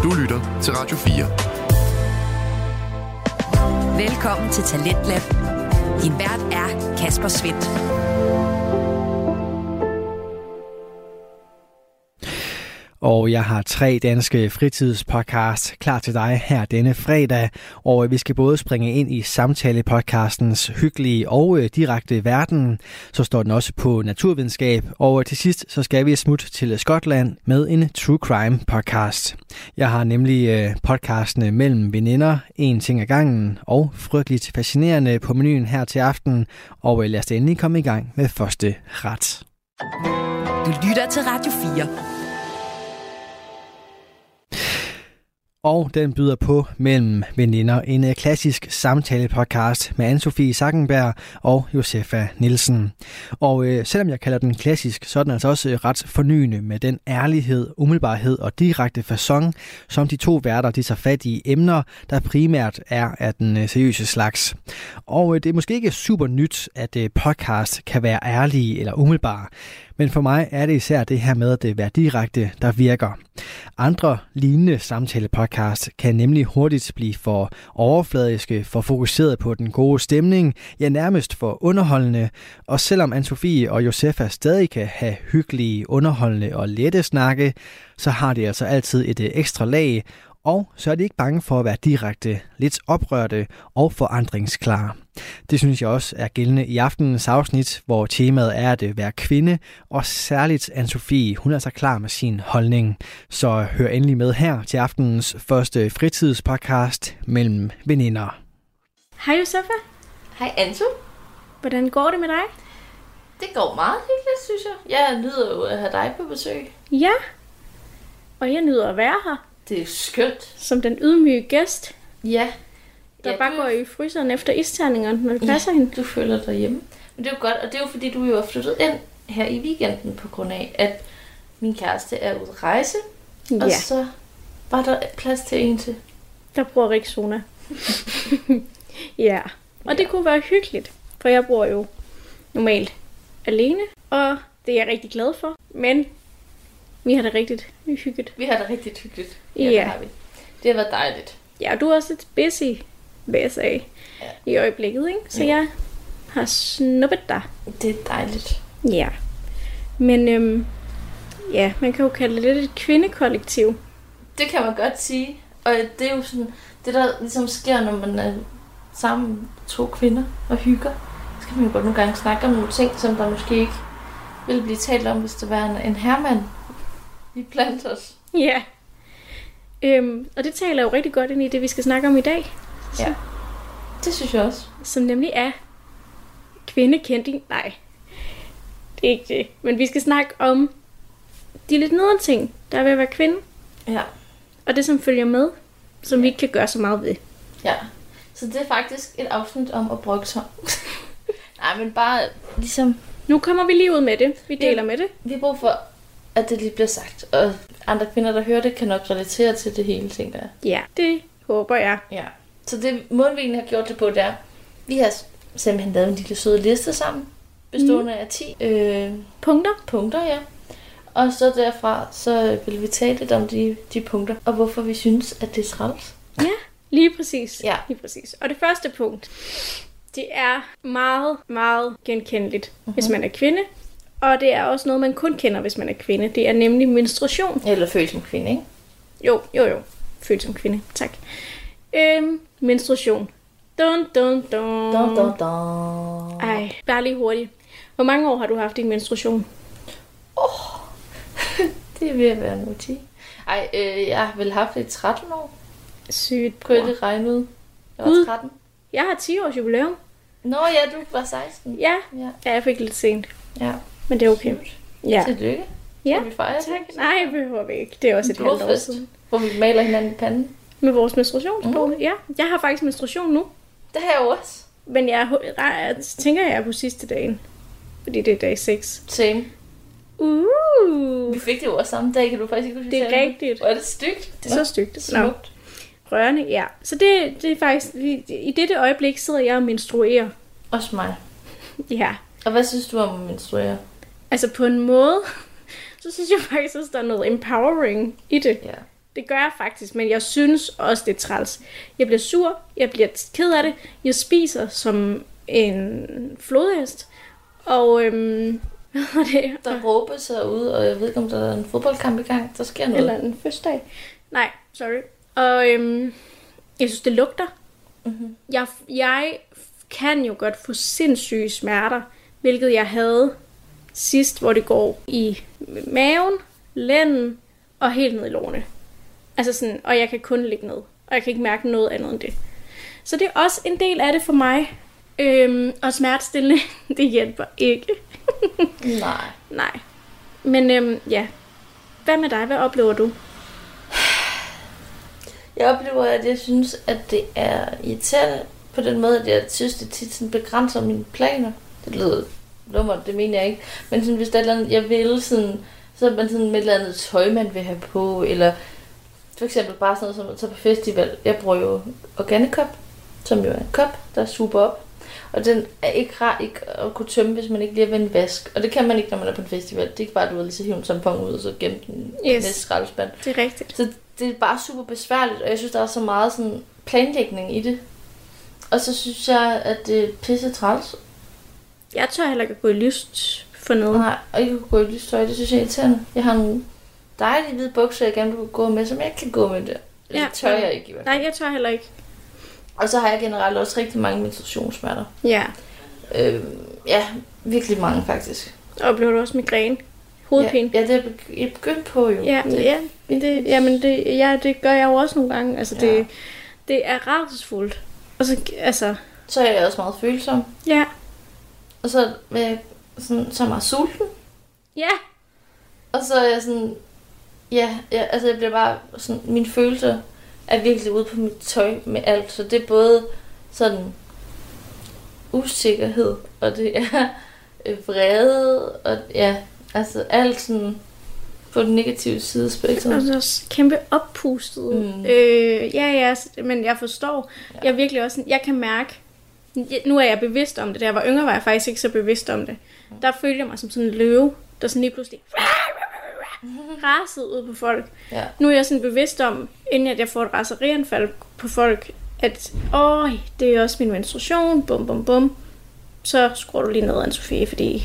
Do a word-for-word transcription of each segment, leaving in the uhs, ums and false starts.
Du lytter til Radio fire. Velkommen til Talentlab. Din vært er Kasper Svendt. Og jeg har tre danske fritidspodcasts klar til dig her denne fredag. Og vi skal både springe ind i samtalepodcastens hyggelige og direkte verden. Så står den også på naturvidenskab. Og til sidst så skal vi smutte til Skotland med en true crime podcast. Jeg har nemlig podcastene Mellem Veninder, En ting ad gangen og Frygteligt Fascinerende på menuen her til aften. Og lad os endelig komme i gang med første ret. Du lytter til Radio fire. Og den byder på Mellem Veninder, en klassisk samtale-podcast med Anne-Sophie Sackenberg og Josefa Nielsen. Og øh, selvom jeg kalder den klassisk, så er den altså også ret fornyende med den ærlighed, umiddelbarhed og direkte facon, som de to værter de tager fat i emner, der primært er af den øh, seriøse slags. Og øh, det er måske ikke super nyt, at øh, podcast kan være ærlige eller umiddelbare. Men for mig er det især det her med at være direkte, der virker. Andre lignende samtale-podcast kan nemlig hurtigt blive for overfladiske, for fokuseret på den gode stemning, ja nærmest for underholdende. Og selvom Anne-Sophie og Josefa stadig kan have hyggelige, underholdende og lette snakke, så har de altså altid et ekstra lag. Og så er de ikke bange for at være direkte, lidt oprørte og forandringsklare. Det synes jeg også er gældende i aftenens afsnit, hvor temaet er at være kvinde, og særligt Anne-Sophie, hun er så klar med sin holdning. Så hør endelig med her til aftenens første fritidspodcast Mellem Veninder. Hej Josefa. Hej Anto. Hvordan går det med dig? Det går meget hyggeligt, synes jeg. Jeg nyder jo at have dig på besøg. Ja, og jeg nyder at være her. Det er skønt. Som den ydmyge gæst, Ja. der ja, bare du... går i fryseren efter isterningerne, når det passer ja, hende. Du føler dig hjemme. Men det er jo godt, og det er jo fordi, du jo er flyttet ind her i weekenden på grund af, at min kæreste er ude at rejse. Ja. Og så var der plads til en til. Der bruger Rexona. Ja, og ja. Det kunne være hyggeligt, for jeg bor jo normalt alene, og det er jeg rigtig glad for. Men vi har det rigtig hyggeligt. Vi har det rigtig hyggeligt. Ja, ja. Det har vi. Det har været dejligt. Ja, og du er også lidt busy, vil jeg sige, ja. I øjeblikket, ikke? Så ja. Jeg har snuppet dig. Det er dejligt. Ja. Men øhm, ja, man kan jo kalde det lidt et kvindekollektiv. Det kan man godt sige. Og det er jo sådan, det der ligesom sker, når man er sammen to kvinder og hygger. Så kan man jo godt nogle gange snakke om nogle ting, som der måske ikke ville blive talt om, hvis det var en, en herremand i blandt os. Ja. Øhm, og det taler jo rigtig godt ind i det, vi skal snakke om i dag. Så. Ja, det synes jeg også. Som nemlig er kvindekending. Nej, det er ikke det. Men vi skal snakke om de lidt nederen ting, der er ved at være kvinde. Ja. Og det, som følger med, som ja. Vi ikke kan gøre så meget ved. Ja, så det er faktisk et afsnit om at brokke sig. Nej, men bare ligesom... Nu kommer vi lige ud med det. Vi deler vi, med det. Vi har brug for, at det lige bliver sagt. Og andre kvinder, der hører det, kan nok relatere til det hele, tænker jeg. Ja, det håber jeg. Ja. Så det måden, vi egentlig har gjort det på, det er, vi har simpelthen lavet en lille søde liste sammen, bestående mm. af ti øh, punkter. Punkter, ja. Og så derfra, så vil vi tale lidt om de, de punkter, og hvorfor vi synes, at det er træls. Ja, lige præcis. Ja. Lige præcis. Og det første punkt, det er meget, meget genkendeligt, mm-hmm. hvis man er kvinde. Og det er også noget, man kun kender, hvis man er kvinde. Det er nemlig menstruation. Eller født som kvinde, ikke? Jo, jo, jo. Født som kvinde. Tak. Øhm, menstruation. Dun, dun, dun. Dun, dun, dun. Ej, bare lige hurtigt. Hvor mange år har du haft din menstruation? Åh, oh. Det er ved at være nu ti. Ej, øh, jeg har vel haft det i tretten år. Sygt, bror. Kunne jeg det regne ud? Jeg var tretten. Jeg har ti års jubilæum. Nå ja, du var seksten. Ja, ja. ja jeg fik lidt sent. Ja. Men det er okay. Ja. Tillykke. Ja, vi fejre tak. Det? Nej, det behøver vi ikke. Det er også et halvt år siden. Hvor vi maler hinanden i panden. Med vores menstruationsbog. Mm. Ja, jeg har faktisk menstruation nu. Det har jeg også. Men jeg, jeg tænker, jeg er på sidste dagen. Fordi det er dag seks. Same. Uh. Vi fik det jo også samme dag, kan du faktisk ikke huske. Det er rigtigt. Hvor er det stygt. Det er så stygt. Smukt. Rørende, ja. Så det, det er faktisk... I dette øjeblik sidder jeg og menstruerer. Også mig. Ja. Og hvad synes du om at menstruere? Altså på en måde, så synes jeg faktisk, at der er noget empowering i det. Ja. Det gør jeg faktisk, men jeg synes også, det er træls. Jeg bliver sur, jeg bliver ked af det, jeg spiser som en flodhest, og øhm, hvad var det? Der råber sig ud, og jeg ved ikke, om der er en fodboldkamp i gang. Der sker noget. Eller en fødselsdag. Nej, sorry. Og øhm, jeg synes, det lugter. Mm-hmm. Jeg, jeg kan jo godt få sindssyge smerter, hvilket jeg havde sidst, hvor det går i maven, lænden og helt ned i lårene. Altså sådan, og jeg kan kun ligge ned, og jeg kan ikke mærke noget andet end det. Så det er også en del af det for mig. Øhm, og smertestillende, det hjælper ikke. Nej. Nej. Men øhm, ja, hvad med dig? Hvad oplever du? Jeg oplever, at jeg synes, at det er irriterende på den måde, at jeg synes, det tit sådan begrænser mine planer. Det lyder lummert, det mener jeg ikke. Men sådan, hvis der er et eller andet, jeg vil, sådan, så er man sådan med et eller andet tøj, man vil have på. Eller for eksempel bare sådan noget som at tage på festival. Jeg bruger jo Organic Cup, som jo er en kop, der super op. Og den er ikke rar ikke at kunne tømme, hvis man ikke lige har ved en vask. Og det kan man ikke, når man er på en festival. Det er ikke bare, at du vil lige så hive en tampon ud, og så gemme den yes. næste skraldespand. Det er rigtigt. Så det er bare super besværligt, og jeg synes, der er så meget sådan planlægning i det. Og så synes jeg, at det er pisse træls. Jeg tør heller ikke at gå i lyst for noget. Nej, og ikke at gå i lystøj, det synes jeg er irriterende. Jeg har nogle dejlige hvide bukser, jeg gerne vil gå med, som jeg ikke kan gå med der. Det ja, tør jeg ikke i hvert fald. Nej, jeg tør heller ikke. Og så har jeg generelt også rigtig mange menstruationssmerter. Ja. Øhm, ja, virkelig mange faktisk. Oplever du også migræne? Hovedpine? Ja, ja, det er jeg begyndt på jo. Ja, det, ja, det, jamen det, ja, det gør jeg jo også nogle gange. Altså, det, ja. det er rædselsfuldt. Og så, altså... Så er jeg også meget følsom. Ja. Og så er jeg sådan, så meget sulten. Ja. Og så er jeg sådan... Ja, ja, altså jeg bliver bare sådan... Mine følelser er virkelig ude på mit tøj med alt. Så det er både sådan... usikkerhed, og det er vrede, og ja... Altså alt sådan... på den negative side spektrum. Og så også kæmpe oppustet. Mm. Øh, ja, ja, men jeg forstår. Ja. Jeg er virkelig også sådan, jeg kan mærke, nu er jeg bevidst om det. Da jeg var yngre, var jeg faktisk ikke så bevidst om det. Mm. Der følte jeg mig som sådan en løve, der sådan lige pludselig rasede ud på folk. Ja. Nu er jeg sådan bevidst om, inden at jeg får et raserianfald på folk, at åh, det er også min menstruation, bum, bum, bum. Så skruer du lige ned, Anne-Sophie, fordi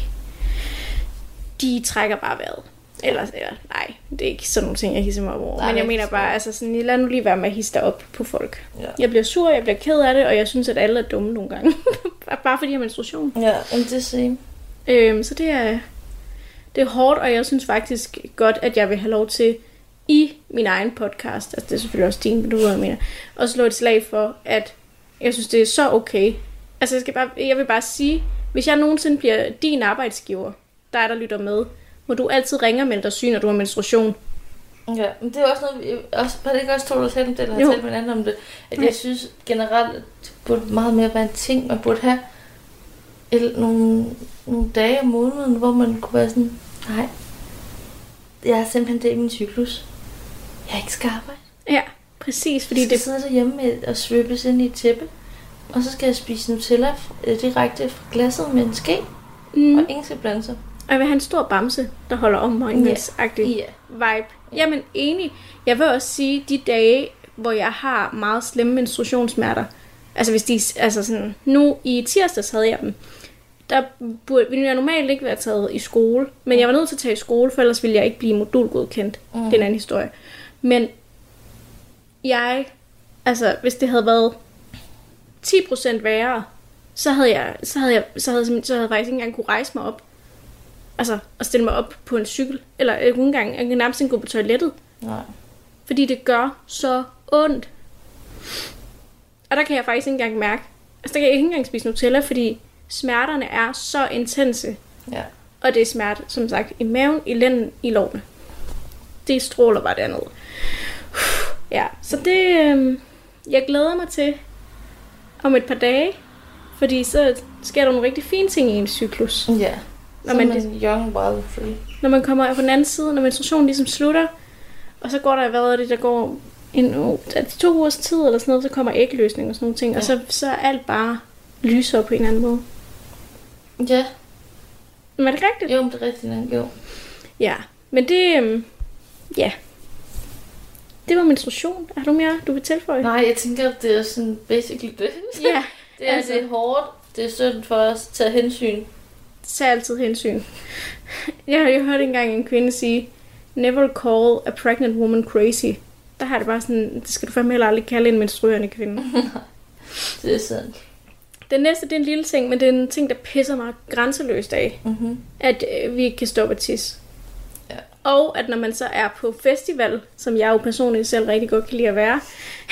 de trækker bare vejret. Eller, eller, nej, det er ikke sådan nogle ting, jeg hisser mig over. Nej, men jeg mener bare, altså sådan, lad nu lige være med at hisse dig op på folk. Ja. Jeg bliver sur, jeg bliver ked af det, og jeg synes, at alle er dumme nogle gange. Bare fordi jeg har menstruation. Ja, men det er same. Øhm, så det er, det er hårdt, og jeg synes faktisk godt, at jeg vil have lov til i min egen podcast, altså det er selvfølgelig også din, men du ved, mener, og slå et slag for, at jeg synes, det er så okay. Altså jeg, skal bare, jeg vil bare sige, hvis jeg nogensinde bliver din arbejdsgiver, der er der lytter med, hvor du altid ringer med dig syg, når du har menstruation. Ja, men det er også noget, også, var det ikke også, tror du selv om det, eller har talt med en anden om det, at jeg synes generelt, at det burde meget mere være en ting, man burde have el, nogle, nogle dage om måneden, hvor man kunne være sådan, nej, jeg har simpelthen det i min cyklus. Jeg ikke skal arbejde. Ja, præcis. Fordi jeg skal det sidde derhjemme med og svøbes ind i et tæppe, og så skal jeg spise Nutella direkte fra glasset med en ske, mm. og ingen skal blande sig. Og jeg vil have en stor bamse, der holder om mig, en agtig yeah. vibe. Jamen, enig. Jeg vil også sige, de dage, hvor jeg har meget slemme menstruationssmerter, altså hvis de, altså sådan, nu i tirsdags havde jeg dem, der burde, ville jeg normalt ikke være taget i skole, men jeg var nødt til at tage i skole, for ellers ville jeg ikke blive modulgodkendt. Mm. Det er en anden historie. Men jeg, altså hvis det havde været ti procent værre, så havde jeg, så havde jeg, så havde jeg, så havde jeg faktisk ikke engang kunne rejse mig op. Altså, at stille mig op på en cykel. Eller jeg kunne engang, jeg kan nærmest ikke gå på toilettet. Nej. Fordi det gør så ondt. Og der kan jeg faktisk ikke engang mærke. Altså, der kan jeg ikke engang spise Nutella, fordi smerterne er så intense. Ja. Og det er smerte, som sagt, i maven, i lænden, i lårene. Det stråler bare dernede. Ja, så det... Øh, jeg glæder mig til om et par dage. Fordi så sker der nogle rigtig fine ting i en cyklus. Ja. Når man, man young, wild, free. Når man kommer på den anden side, når menstruationen ligesom slutter, og så går der, hvad er det, der går en oh, to ugers tid eller sådan noget, så kommer ægløsning og sådan nogle ting, ja. Og så, så er alt bare lyser på en eller anden måde. Ja. Men er det rigtigt? Jo, det er rigtigt, jo. Ja, men det, øhm, ja. Det var menstruation. Har du mere, du vil tilføje? Nej, jeg tænker, det er sådan basically det. Ja. Det er, altså, det er hårdt. Det er synd for os at tage hensyn. Tag altid hensyn. Jeg har jo hørt engang en kvinde sige, never call a pregnant woman crazy. Der har det bare sådan, det skal du fandme heller aldrig kalde en menstruerende kvinde. Det er sandt. Den næste, det er en lille ting, men det er en ting, der pisser mig grænseløst af. Mm-hmm. At øh, vi ikke kan stoppe at tisse. Ja. Og at når man så er på festival, som jeg jo personligt selv rigtig godt kan lide at være,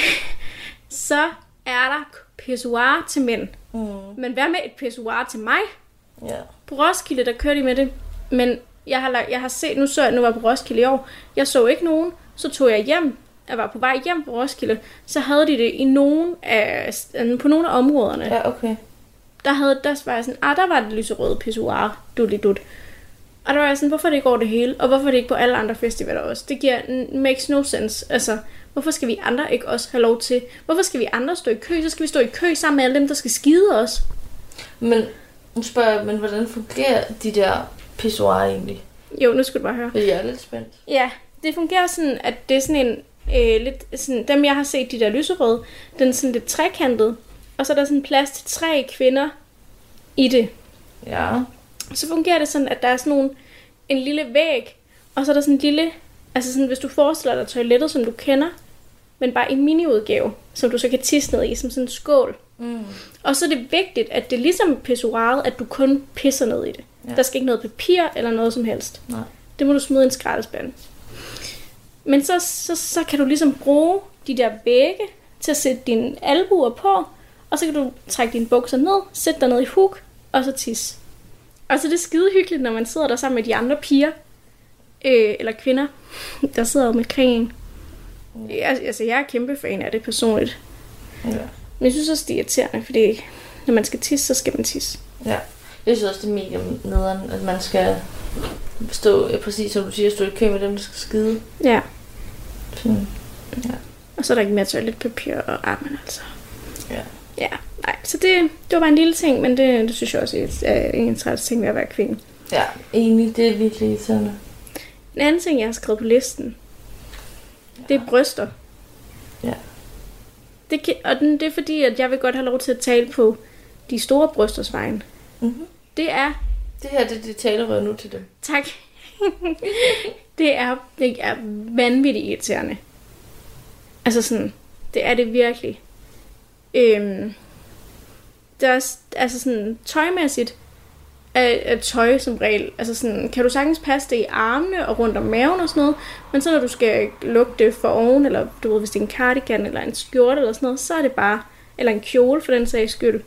så er der pissoir til mænd. Mm. Men hvad med et pissoir til mig? Ja. På Roskilde, der kører de med det. Men jeg har, jeg har set, nu så jeg, nu var jeg på Roskilde i år, jeg så ikke nogen, så tog jeg hjem, jeg var på vej hjem på Roskilde, så havde de det i nogen af, på nogle af områderne. Ja, okay. Der, havde, der var jeg sådan, ah, der var det lyserøde pissoir, dut. Og der var jeg sådan, hvorfor det ikke over det hele, og hvorfor det ikke på alle andre festivaler også? Det giver, makes no sense. Altså, hvorfor skal vi andre ikke også have lov til? Hvorfor skal vi andre stå i kø? Så skal vi stå i kø sammen med alle dem, der skal skide os. Men, nu spørger jeg, men hvordan fungerer de der pissoirer egentlig? Jo, nu skal du bare høre. Jeg er lidt spændt. Ja, det fungerer sådan, at det er sådan en, øh, lidt, sådan, dem jeg har set, de der lyserøde, den er sådan lidt trekantet, og så er der sådan plads til tre kvinder i det. Ja. Så fungerer det sådan, at der er sådan nogle, en lille væg, og så er der sådan en lille, altså sådan, hvis du forestiller dig toilettet, som du kender, men bare i miniudgave, som du så kan tisse ned i, som sådan en skål. Mm. Og så er det vigtigt, at det er ligesom pissoiret, at du kun pisser ned i det. Ja. Der skal ikke noget papir eller noget som helst. Nej. Det må du smide i en skraldespand. Men så, så, så kan du ligesom bruge de der vægge til at sætte dine albuer på, og så kan du trække dine bukser ned, sætte dig ned i huk, og så tisse. Og så er det skide hyggeligt, når man sidder der sammen med de andre piger, øh, eller kvinder, der sidder omkring en. Mm. Jeg, altså, jeg er kæmpe fan af det personligt. Ja. Men jeg synes også, det er irriterende, fordi når man skal tisse, så skal man tisse. Ja, jeg synes også, det er mega nederen, at man skal stå, præcis som du siger, stå i kø med dem, der skal skide. Ja. Sådan. Ja. Og så er der ikke mere toiletpapir og armen, altså. Ja. Ja, nej. Så det, det var bare en lille ting, men det, det synes jeg også er en træls ting ved at være kvinde. Ja, egentlig, det er virkelig irriterende. En anden ting, jeg har skrevet på listen, ja. Det er bryster. Ja. Det kan, og den, det er fordi, at jeg vil godt have lov til at tale på de store brysters vejen. Mm-hmm. Det er... Det her, det, det talerør nu til dem. Tak. det, er, det er vanvittigt irriterende. Altså sådan, det er det virkelig. Øhm, der er altså sådan tøjmæssigt er, er tøj som regel, altså sådan, kan du sagtens passe det i armene og rundt om maven og sådan noget, men så når du skal lukke det for oven, eller du ved, hvis det er en cardigan eller en skjorte eller sådan noget, så er det bare, eller en kjole for den sags skyld.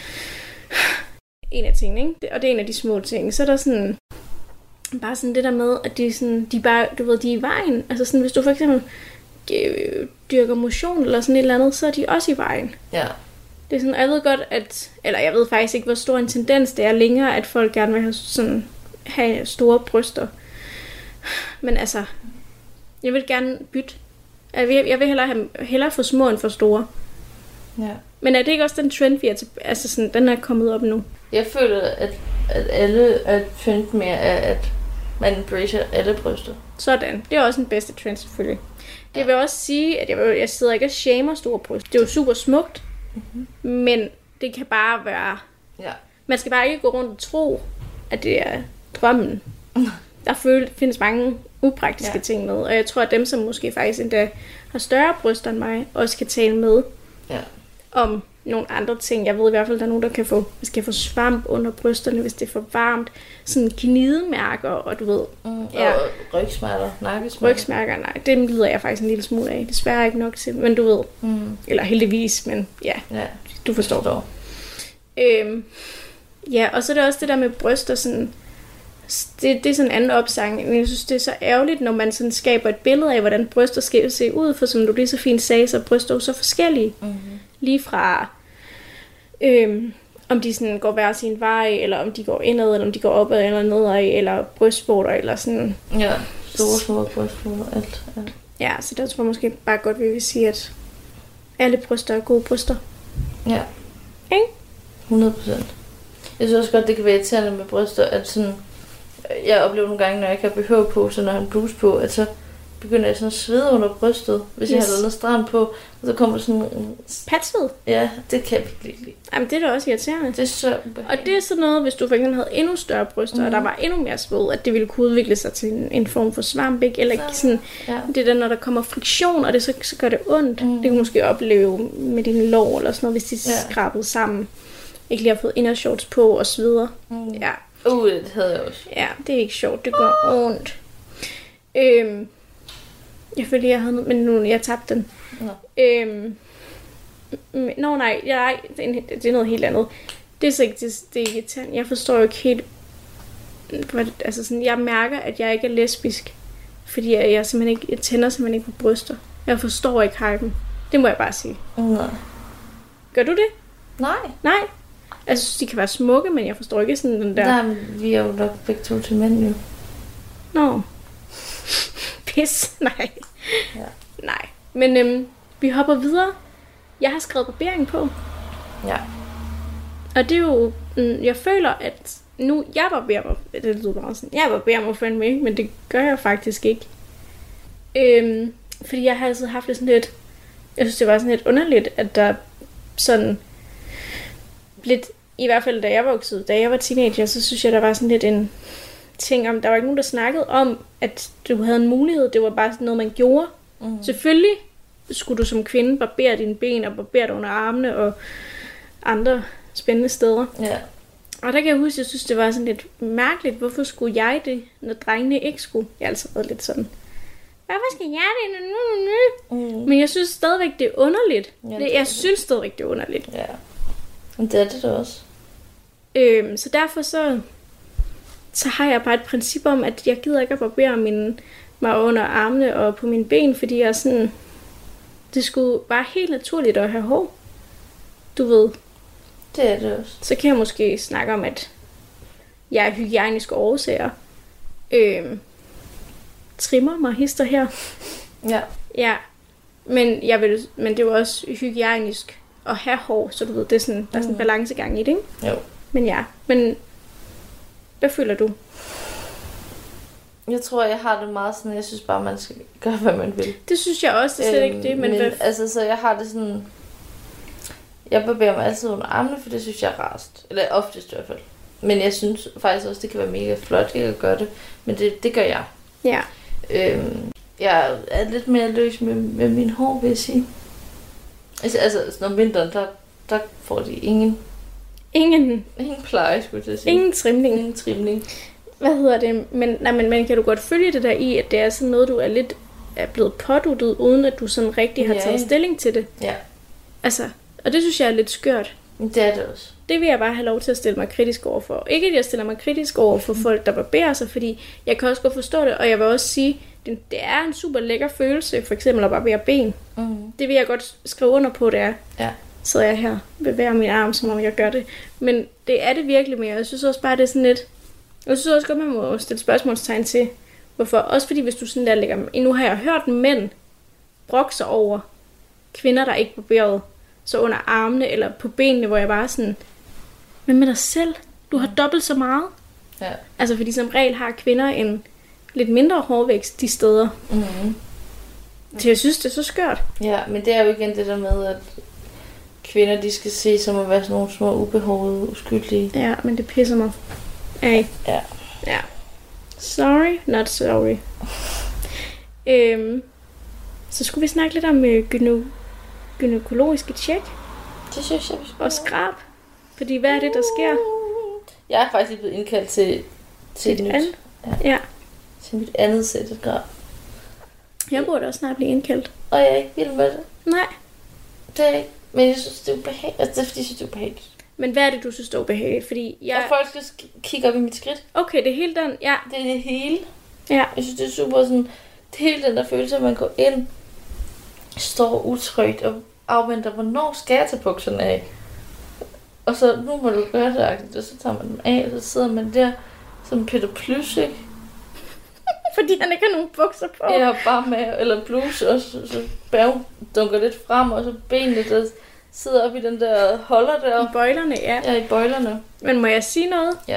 En af tingene, ikke? Og det er en af de små ting. Så er der sådan, bare sådan det der med, at de, sådan, de bare, du ved, de er i vejen. Altså sådan, hvis du for eksempel øh, dyrker motion eller sådan et eller andet, så er de også i vejen. Ja. Det er sådan, jeg ved godt, at, eller jeg ved faktisk ikke, hvor stor en tendens det er længere, at folk gerne vil have, sådan, have store bryster. Men altså, jeg vil gerne bytte. Jeg vil, jeg vil hellere, have, hellere få små end for store. Ja. Men er det ikke også den trend, vi er til, altså sådan, den er kommet op nu? Jeg føler, at, at alle er trend mere af, at man embracer alle bryster. Sådan. Det er også den bedste trend, selvfølgelig. Ja. Det vil også sige, at jeg, jeg sidder ikke og shamer store bryster. Det er jo super smukt, mm-hmm. men det kan bare være... Ja. Man skal bare ikke gå rundt og tro, at det er drømmen. Der føl, findes mange upraktiske ja. ting med, og jeg tror, at dem, som måske faktisk endda har større bryster end mig, også kan tale med ja. om nogle andre ting. Jeg ved i hvert fald, at der er nogen, der kan få, hvis kan få svamp under brysterne, hvis det er for varmt. Sådan gnidemærker, og du ved... Mm, ja. Og rygsmerter, nakkesmerter. Rygsmærker, nej. Dem lider jeg faktisk en lille smule af. Desværre ikke nok til, men du ved. Mm. Eller heldigvis, men ja, ja. du forstår. forstår. Øhm, ja, og så er det også det der med bryster, sådan... Det, det er sådan en anden opsang, men jeg synes, det er så ærgerligt, når man sådan skaber et billede af, hvordan bryster skal se ud, for som du lige så fint sagde, så er bryster jo så forskellige. Mm-hmm. Lige fra, øhm, om de sådan går hver sin vej, eller om de går indad, eller om de går opad eller nedad, eller brystvorter, eller sådan. Ja, store, store brystvorter, alt. Ja. ja, så der tror jeg måske bare godt, vi vil sige, at alle bryster er gode bryster. Ja. Ikke? hundrede procent. Jeg synes også godt, det kan være irriterende med bryster, at sådan... Jeg oplever nogle gange, når jeg ikke har behov på, så når jeg har en bluse på, at så begynder jeg sådan at svede under brystet, hvis yes. jeg har noget strand på, og så kommer sådan en... Patsved? Ja, det kan jeg virkelig ikke lide. Jamen, det er da også irriterende. Det er så ubehageligt. Og det er sådan noget, hvis du for eksempel havde endnu større bryster, mm. og der var endnu mere sved, at det ville kunne udvikle sig til en, en form for svamp, ikke? Eller ja. sådan, ja. det der, når der kommer friktion, og det så, så gør det ondt. Mm. Det kan du måske opleve med dine lår, eller sådan noget, hvis de ja. skrabet sammen. Ikke lige har fået indershorts på, og så videre. Mm. Ja. Uh, det havde jeg også. Ja, det er ikke sjovt. Det gør ondt. Øhm, jeg følte, jeg havde noget, men nu jeg tabte den. Nå. Øhm, Nå nej, jeg, det er noget helt andet. Det er så ikke det, det er irriterende. Jeg forstår jo ikke helt... Altså sådan, jeg mærker, at jeg ikke er lesbisk. Fordi jeg, jeg simpelthen ikke... Jeg tænder simpelthen ikke på bryster. Jeg forstår ikke hypen. Det må jeg bare sige. Nej. Gør du det? Nej. Nej? Altså, de kan være smukke, men jeg forstår ikke sådan den der... Nej, men vi er jo nok begge to til mænd, jo. Nå. Pis. Nej. Ja. Nej. Men øhm, vi hopper videre. Jeg har skrevet barbering på. Ja. Og det er jo... Mm, jeg føler, at nu... Jeg barberer mig... Det lyder meget sådan... Jeg barberer mig fandme ikke, men det gør jeg faktisk ikke. Øhm, fordi jeg har altid haft det sådan lidt... Jeg synes, det var sådan lidt underligt, at der sådan... Lidt... I hvert fald, da jeg voksede, da jeg var teenager, så synes jeg, der var sådan lidt en ting om... Der var ikke nogen, der snakkede om, at du havde en mulighed. Det var bare sådan noget, man gjorde. Mm. Selvfølgelig skulle du som kvinde barbere dine ben og barbere dig under armene og andre spændende steder. Ja. Og der kan jeg huske, at jeg synes, det var sådan lidt mærkeligt. Hvorfor skulle jeg det, når drengene ikke skulle? Jeg har altid været lidt sådan... Hvorfor skal jeg det? Mm. Men jeg synes stadigvæk, det er underligt. Ja, det, jeg synes stadigvæk, det er underligt. Ja. Men det er det da også. Øhm, så derfor så, så har jeg bare et princip om, at jeg gider ikke at barbere mine, mig under armene og på mine ben, fordi jeg er sådan... Det skulle bare helt naturligt at have hår. Du ved. Det er det også. Så kan jeg måske snakke om, at jeg er hygiejniske årsager. Øhm, trimmer mig hister her. Ja. Ja. Men, jeg vil, men det er jo også hygiejnisk at have hår, så du ved, det er sådan, der er sådan en balancegang i det, ikke? Jo. Men ja, men hvad føler du? Jeg tror, jeg har det meget sådan, jeg synes bare, man skal gøre, hvad man vil. Det synes jeg også, det er slet øhm, ikke det. Men, men hvad... altså, så jeg har det sådan... Jeg barberer mig altid under armene, for det synes jeg er rarest. Eller oftest i hvert fald. Men jeg synes faktisk også, det kan være mega flot, jeg kan gøre det. Men det, det gør jeg. Ja. Øhm, jeg er lidt mere løs med, med min hår, vil jeg sige. Altså, altså om vinteren, der, der får de ingen... Ingen... Ingen pleje, skulle jeg sige. Ingen trimning. Ingen trimning. Hvad hedder det? Men, nej, men, men kan du godt følge det der i, at det er sådan noget, du er lidt er blevet påduttet, uden at du sådan rigtig har ja. taget stilling til det? Ja. Altså, og det synes jeg er lidt skørt. Det er det også. Det vil jeg bare have lov til at stille mig kritisk over for. Ikke at jeg stiller mig kritisk over for folk, der barberer sig, fordi jeg kan også godt forstå det, og jeg vil også sige, det, det er en super lækker følelse, for eksempel at barbere ben. Mm. Det vil jeg godt skrive under på, det er. Ja. Så jeg her bevæger min arm, som om jeg gør det. Men det er det virkelig mere. Jeg synes også bare, det er sådan lidt... Jeg synes også godt, man må stille spørgsmålstegn til, hvorfor. Også fordi, hvis du sådan der lægger... Nu har jeg hørt mænd brokke sig over kvinder, der ikke barberede så under armene eller på benene, hvor jeg bare sådan... Men med dig selv? Du har dobbelt så meget. Ja. Altså, fordi som regel har kvinder en lidt mindre hårvækst de steder. Mm-hmm. Så jeg synes, det er så skørt. Ja, men det er jo igen det der med, at kvinder, de skal se som at være sådan nogle små ubehårede, uskyldige. Ja, men det pisser mig af. Ja. Ja. Sorry, not sorry. øhm, så skulle vi snakke lidt om øh, gyne- gynækologiske tjek. Det synes jeg, vi skal. Og skrab. Fordi hvad er det, der sker? Jeg er faktisk lige blevet indkaldt til, til, til et nyt. Ja. ja. Til mit andet sæt af grab. Jeg burde også snart blive indkaldt. Og jeg er ikke vild med det. Nej. Det er ikke. Men jeg synes, det er ubehageligt. Altså, det er fordi, jeg synes, det er ubehageligt. Men hvad er det, du synes, det er ubehageligt? Fordi jeg... At folk skal kigge op i mit skridt. Okay, det er hele den, ja. Det er det hele. Ja. Jeg synes, det er super sådan... Det er hele den der følelse, at man går ind, står utrygt og afventer, hvornår skal jeg tage bukserne af? Og så, nu må du gøre det, og så tager man dem af, og så sidder man der som Peter Plys, ikke? Fordi han ikke har nogen bukser på. Ja, bare med, eller bluse, og så, så bæv dunker lidt frem, og så benene, der sidder op i den der holder der. I bøjlerne, ja. Ja, i bøjlerne. Men må jeg sige noget? Ja.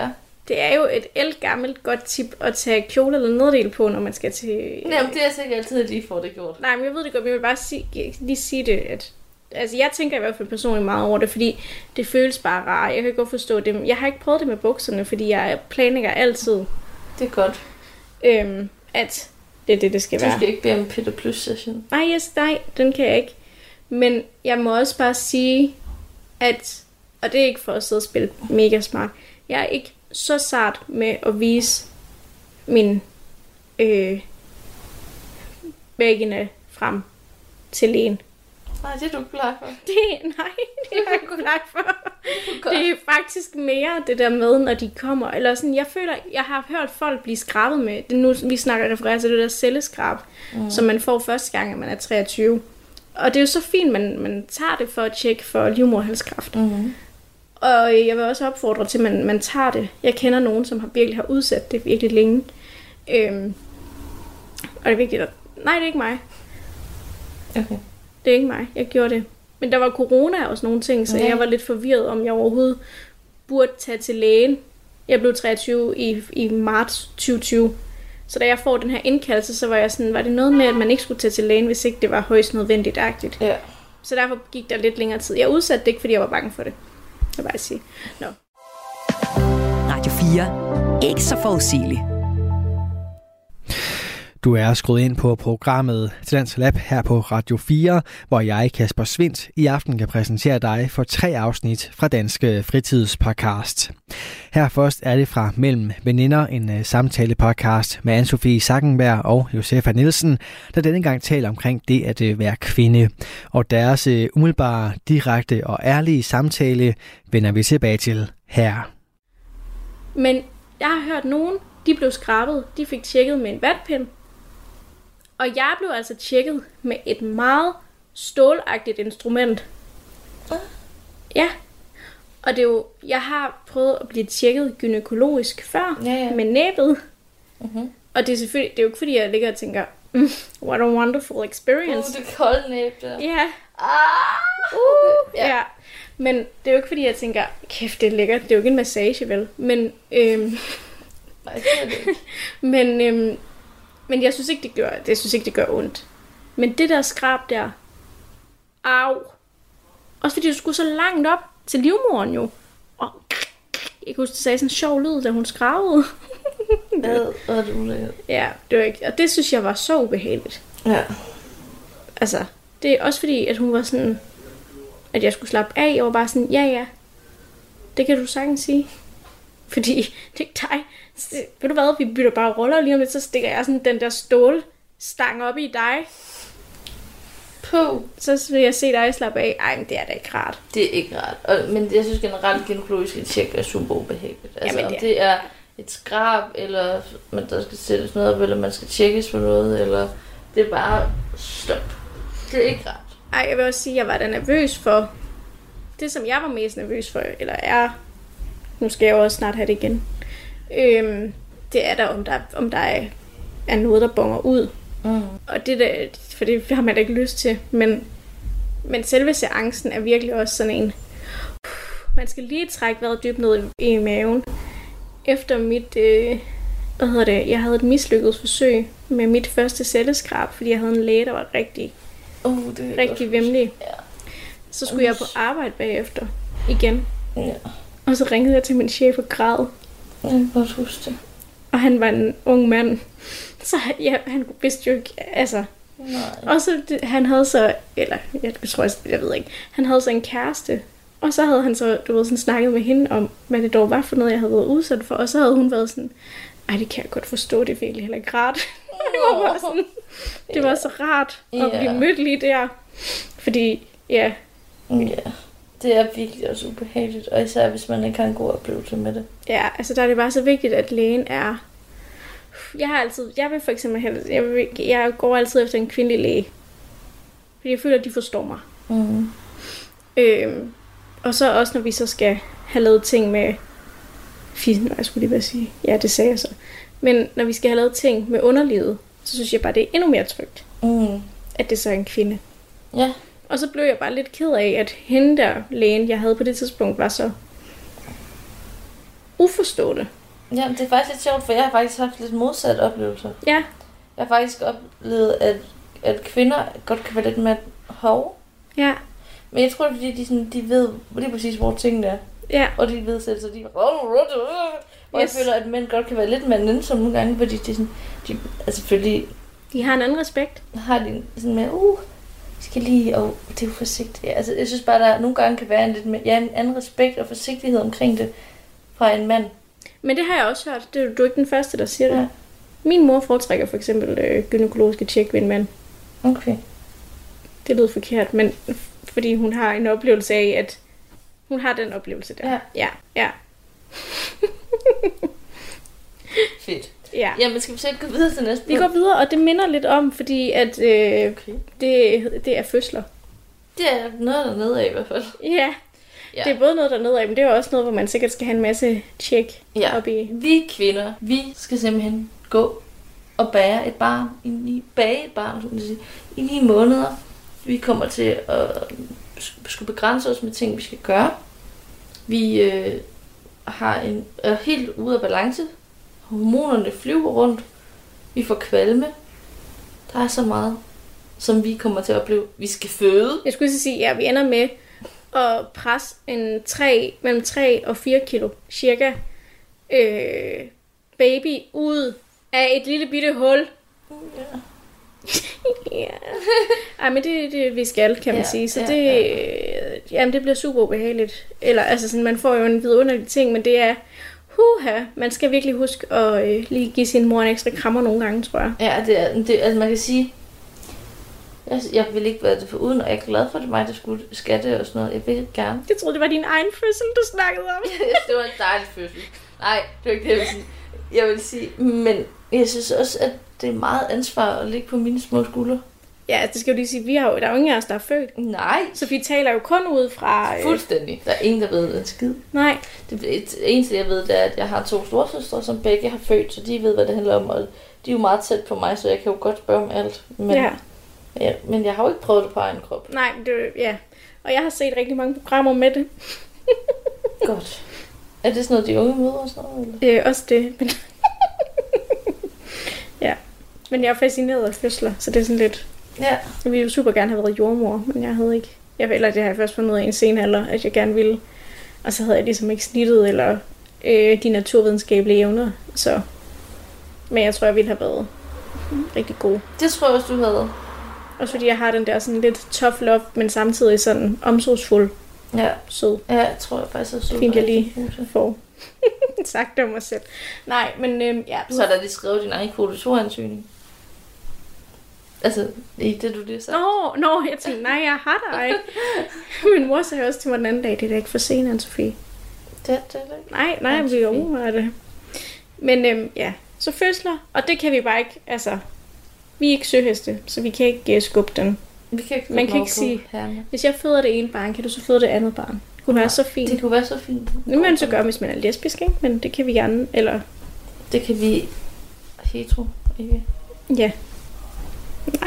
det er jo et ældgammelt godt tip at tage kjole eller nederdel på, når man skal til... Jamen, det er altså ikke altid, at lige får det gjort. Nej, men jeg ved det godt, men jeg vil bare sige, lige sige det, at... Altså, jeg tænker i hvert fald personligt meget over det, fordi det føles bare rart. Jeg kan godt forstå det. Jeg har ikke prøvet det med bukserne, fordi jeg planlægger altid... Det er godt. Øhm, at det er det, det skal du være. Du skal ikke bede om Peter Plus session. Nej, yes, nej, den kan jeg ikke. Men jeg må også bare sige, at... Og det er ikke for at sidde og spille mega smart. Jeg er ikke så sart med at vise min øh, væggene frem til lægen. Nej, det er du ikke klar for. Det, nej, det er jeg ikke klar for. Det er faktisk mere det der med, når de kommer. Eller sådan, jeg føler, jeg har hørt folk blive skrabet med. Det nu, vi snakker refereret til det der celleskrab, mm. som man får første gang, at man er treogtyve. Og det er jo så fint, man, man tager det for at tjekke for livmoderhalskræft. Mm. Og jeg vil også opfordre til, at man, man tager det. Jeg kender nogen, som har virkelig har udsat det virkelig længe. Øhm, og det er vigtigt at... Nej, det er ikke mig. Okay. Det er ikke mig. Jeg gjorde det. Men der var corona og sådan nogle ting, så okay. Jeg var lidt forvirret, om jeg overhovedet burde tage til lægen. Jeg blev treogtyve i, i marts tyve tyve. Så da jeg får den her indkaldelse, så var jeg sådan, var det noget med, at man ikke skulle tage til lægen, hvis ikke det var højst nødvendigt-agtigt. Ja. Så derfor gik der lidt længere tid. Jeg udsatte det ikke, fordi jeg var bange for det. Jeg vil bare sige. No. Radio fire. Ikke så forudsigeligt. Du er skruet ind på programmet Talents Lab her på Radio fire, hvor jeg, Kasper Svindt, i aften kan præsentere dig for tre afsnit fra Danske Fritidspodcast. Her først er det fra Mellem Veninder, en samtale-podcast med Anne-Sophie Sackenberg og Josefa Nielsen, der denne gang taler omkring det at være kvinde. Og deres umiddelbare, direkte og ærlige samtale vender vi tilbage til her. Men jeg har hørt nogen, de blev skrabet, de fik tjekket med en vatpind. Og jeg blev altså tjekket med et meget stålagtigt instrument. Ja. Og det er jo, jeg har prøvet at blive tjekket gynækologisk før, ja, ja. Med næbet. Uh-huh. Og det er selvfølgelig, det er jo ikke fordi, jeg ligger og tænker, mm, what a wonderful experience. Uh, det kolde næb der. Ja. Ah, uh, ja. ja. Men det er jo ikke fordi, jeg tænker, kæft, det er lækkert. Det er jo ikke en massage, vel? Men, øhm, Nej, det er det ikke. men, øhm, men jeg synes ikke, det gør, det synes ikke, det gør ondt. Men det der skrab der, au. Også fordi du skulle så langt op til livmoderen jo. Og jeg kunne huske, det sagde sådan en sjov lyd, da hun skravede. Hvad var det ulækkert? Ja, det var ikke, og det synes jeg var så ubehageligt. Ja. Altså, det er også fordi, at hun var sådan, at jeg skulle slappe af. Jeg var bare sådan, ja ja, det kan du sagtens sige. Fordi det er ikke dig. Så, ved du hvad, vi bytter bare roller lige om lidt, så stikker jeg sådan den der stålstang op i dig. Puh. Så vil jeg se dig slappe af. Ej, men det er da ikke rart. Det er ikke rart. Og, men jeg synes generelt, gynækologiske tjek er super ubehageligt. Altså, Jamen, det er. om det er et skrab, eller man der skal sættes noget op, eller man skal tjekkes for noget, eller det er bare stop. Det er ikke rart. Ej, jeg vil også sige, at jeg var da nervøs for det, som jeg var mest nervøs for, eller er, nu skal jeg jo også snart have det igen, øhm, det er der, om der, om der er, er noget, der bonger ud. Mm. Og det der, for det har man da ikke lyst til, men, men selve seancen er virkelig også sådan en, man skal lige trække vejret dybt ned i, i maven. Efter mit, øh, hvad hedder det, jeg havde et mislykket forsøg med mit første celleskrab, fordi jeg havde en læge, der var rigtig, uh, det rigtig vemmelig. Ja. Så skulle jeg på arbejde bagefter igen. Ja. Og så ringede jeg til min chef og græd. Jeg kan godt huske det. Og han var en ung mand. Så ja, han vidste jo ikke, altså. Nej. Og så han havde så, eller jeg tror, jeg ved ikke, han havde så en kæreste. Og så havde han så, du ved, sådan snakket med hende om, hvad det dog var for noget, jeg havde været udsat for. Og så havde hun været sådan, ej, det kan jeg godt forstå, det er virkelig heller ikke rart. Det var bare sådan, det var så rart at yeah. blive mødt lige der. Fordi, ja. Ja, det er virkelig også ubehageligt. Og især hvis man ikke har en god oplevelse med det. Ja, altså der er det bare så vigtigt, at lægen er. Jeg har altid, jeg vil for eksempel helst, jeg, vil, jeg går altid efter en kvindelig læge. Fordi jeg føler, at de forstår mig. Mm. Øhm, og så også, når vi så skal have lavet ting med fissen, hvad jeg skulle lige bare sige. Ja, det sagde jeg så. Men når vi skal have lavet ting med underlivet, så synes jeg bare, det er endnu mere trygt. Mm. At det så er en kvinde. Ja. Og så blev jeg bare lidt ked af, at hende der lægen, jeg havde på det tidspunkt, var så uforstående. Ja, det er faktisk lidt sjovt, for jeg har faktisk haft lidt modsat oplevelser. Ja. Jeg har faktisk oplevet, at, at kvinder godt kan være lidt mere hov. Ja. Men jeg tror, det er fordi, de, sådan, de ved lige præcis, hvor tingene er. Ja. Og de ved selv, så de... Og yes. Jeg føler, at mænd godt kan være lidt mere nænsomme nogle gange, fordi de sådan... De, altså selvfølgelig... De har en anden respekt. Har de sådan med, uh, vi skal lige... Og det er jo forsigtigt. Altså, jeg synes bare, der nogle gange kan være en, lidt mere, ja, en anden respekt og forsigtighed omkring det fra en mand. Men det har jeg også hørt. Det er du er ikke den første, der siger det. Ja. Min mor foretrækker for eksempel øh, gynækologiske tjek ved en mand. Okay. Det lyder forkert, men fordi hun har en oplevelse af, at hun har den oplevelse der. Ja. Ja. Ja. Fedt. Ja. Jamen, skal vi så gå videre til næste? Vi går videre, og det minder lidt om, fordi at øh, okay. det, det er fødsler. Det er noget dernede af i hvert fald. Ja. Ja. Det er både noget dernede af, men det er også noget, hvor man sikkert skal have en masse tjek ja. op i. Vi kvinder, vi skal simpelthen gå og bære et barn, i ni, bage et barn, som sige, i ni måneder. Vi kommer til at skulle begrænse os med ting, vi skal gøre. Vi øh, har en, er helt ude af balance. Hormonerne flyver rundt. Vi får kvalme. Der er så meget, som vi kommer til at opleve. Vi skal føde. Jeg skulle sige, ja, vi ender med at presse en tre, mellem tre og fire kilo cirka øh, baby ud af et lille bitte hul. Ja. Ja. Ej, men det er det, vi skal, kan man ja, sige. Så ja, det, ja. Jamen, det bliver super ubehageligt. Eller, altså sådan, man får jo en vidunderlig ting, men det er, huha, man skal virkelig huske at øh, lige give sin mor en ekstra krammer nogle gange, tror jeg. Ja, det er, det, altså man kan sige, jeg, jeg vil ikke være det for uden, og jeg er glad for, at det mig, der skulle skatte og sådan noget. Jeg vil gerne. Jeg troede, det var din egen fødsel, du snakkede om. Det var en dejlig fødsel. Nej, det var ikke det, jeg vil sige. Jeg vil sige, men jeg synes også, at det er meget ansvar at ligge på mine små skuldre. Ja, det skal jo lige sige, vi har jo, der er jo ingen af os, der er født. Nej. Så vi taler jo kun ud fra... Øh... Fuldstændig. Der er ingen, der ved en skid. Nej. Det eneste, jeg ved, det er, at jeg har to storesøstre, som begge har født, så de ved, hvad det handler om. Og de er jo meget tæt på mig, så jeg kan jo godt spørge om alt. Men, ja. Ja, men jeg har jo ikke prøvet det på egen krop. Nej, det, ja. Og jeg har set rigtig mange programmer med det. Godt. Er det sådan noget, de unge møder og sådan noget? Eller? Øh, også det. Men ja. Men jeg er fascineret af fødsler, så det er sådan lidt... Ja. Jeg ville jo super gerne have været jordmor, men jeg havde ikke... Jeg føler, at det har jeg først fundet ud af i en sen alder, at jeg gerne ville. Og så havde jeg ligesom ikke snittet eller øh, de naturvidenskabelige evner, så... Men jeg tror, jeg ville have været rigtig god. Det tror jeg også, du havde. Også fordi jeg har den der sådan lidt tough love, men samtidig sådan omsorgsfuld. Ja. Sød. Ja, jeg tror jeg faktisk også. Fint, jeg lige får sagt det om mig selv. Nej, men øhm, ja. Så har der lige skrevet din egen kvote to-ansøgning. Altså, i det du lige sagde. Nå, nå, jeg tænkte, nej, jeg har dig. Min mor sagde også til mig den anden dag, det er da ikke for sent, Anne-Sophie. Det, det er ikke. Nej, nej, jeg bliver overvejet det. Men øhm, ja, så fødsler, og det kan vi bare ikke, altså, vi er ikke søheste, så vi kan ikke uh, skubbe den. Vi kan ikke Man kan ikke sige, herrene. Hvis jeg føder det ene barn, kan du så føde det andet barn. Det kunne ja, være så fint. Det kunne være så fint. Det kan man så gøre, hvis man er lesbisk, ikke? Men det kan vi gerne, eller... Det kan vi hetero, ikke? Ja. Nej.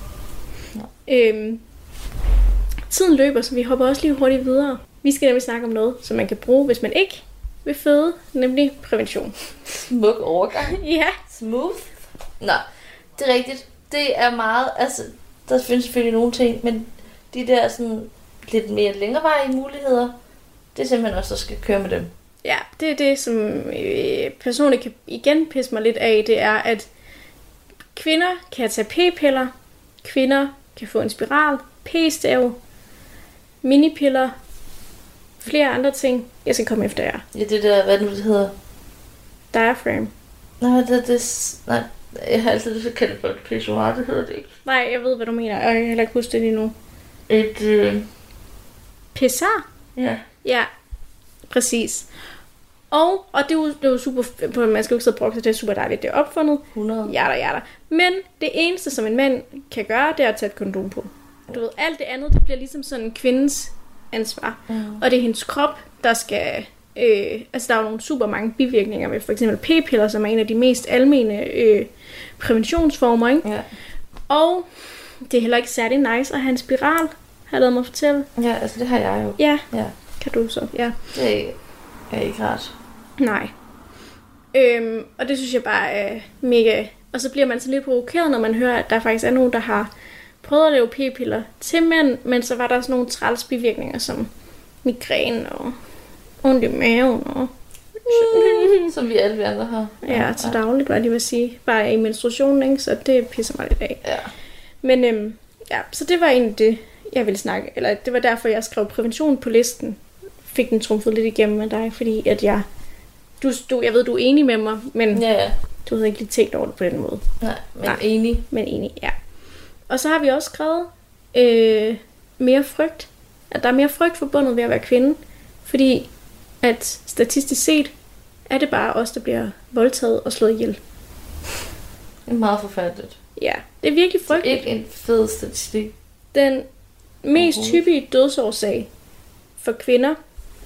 Ja. Øhm, tiden løber, så vi hopper også lige hurtigt videre. Vi skal nemlig snakke om noget, som man kan bruge, hvis man ikke vil føde, nemlig prævention. Smuk overgang. Ja. Smooth. Nå, det er rigtigt. Det er meget, altså, der findes selvfølgelig nogle ting, men de der sådan lidt mere længerevarige muligheder, det er simpelthen også, der skal køre med dem. Ja, det er det, som øh, personligt kan igen pisse mig lidt af, det er, at kvinder kan tage p-piller, kvinder kan få en spiral, p-stav, minipiller, flere andre ting. Jeg skal komme efter jer. Ja, det der, hvad det hedder? Diaphragm. Nej, det, det, nej, jeg har altid det, så kaldt for et pissoir, det hedder det ikke. Nej, jeg ved, hvad du mener, og jeg kan heller ikke huske det lige nu. Et, øh... Pessar? Ja. Ja, præcis. Og, og det er jo, det er jo super, man skal jo ikke sidde og brokke, det er super dejligt, det er opfundet. hundrede. Ja da, ja da. Men det eneste, som en mand kan gøre, det er at tage et kondom på. Du ved, alt det andet, det bliver ligesom sådan en kvindens ansvar. Mm. Og det er hendes krop, der skal... Øh, altså, der er jo nogle super mange bivirkninger med for eksempel p-piller, som er en af de mest almene øh, præventionsformer, ikke? Ja. Og det er heller ikke særlig nice at have en spiral, har jeg lavet mig fortælle. Ja, altså det har jeg jo. Ja, ja. Kan du så, ja. Det er ikke rart. Nej. Øhm, og det synes jeg bare er mega... Og så bliver man så lidt provokeret, når man hører, at der faktisk er nogen, der har prøvet at lave p-piller til mænd, men så var der sådan nogle træls bivirkninger som migræne og ondt i maven og... Som vi alle vi andre har. Ja, til dagligt, hvad jeg lige vil sige. Bare i menstruationen, ikke? Så det pisser mig lidt af. Ja. Men øhm, ja, så det var egentlig det, jeg ville snakke. Eller det var derfor, jeg skrev prævention på listen. Fik den trumfet lidt igennem med dig, fordi at jeg... Du, du, jeg ved, du er enig med mig, men Ja, ja. du havde ikke lige tænkt over det på den måde. Nej, men Nej. enig. Men enig, ja. Og så har vi også skrevet øh, mere frygt. At der er mere frygt forbundet ved at være kvinde. Fordi at statistisk set er det bare os, der bliver voldtaget og slået ihjel. Det er meget forfærdeligt. Ja, det er virkelig Det er frygteligt. ikke en fed statistik. Den mest Overhovedet. typiske dødsårsag for kvinder,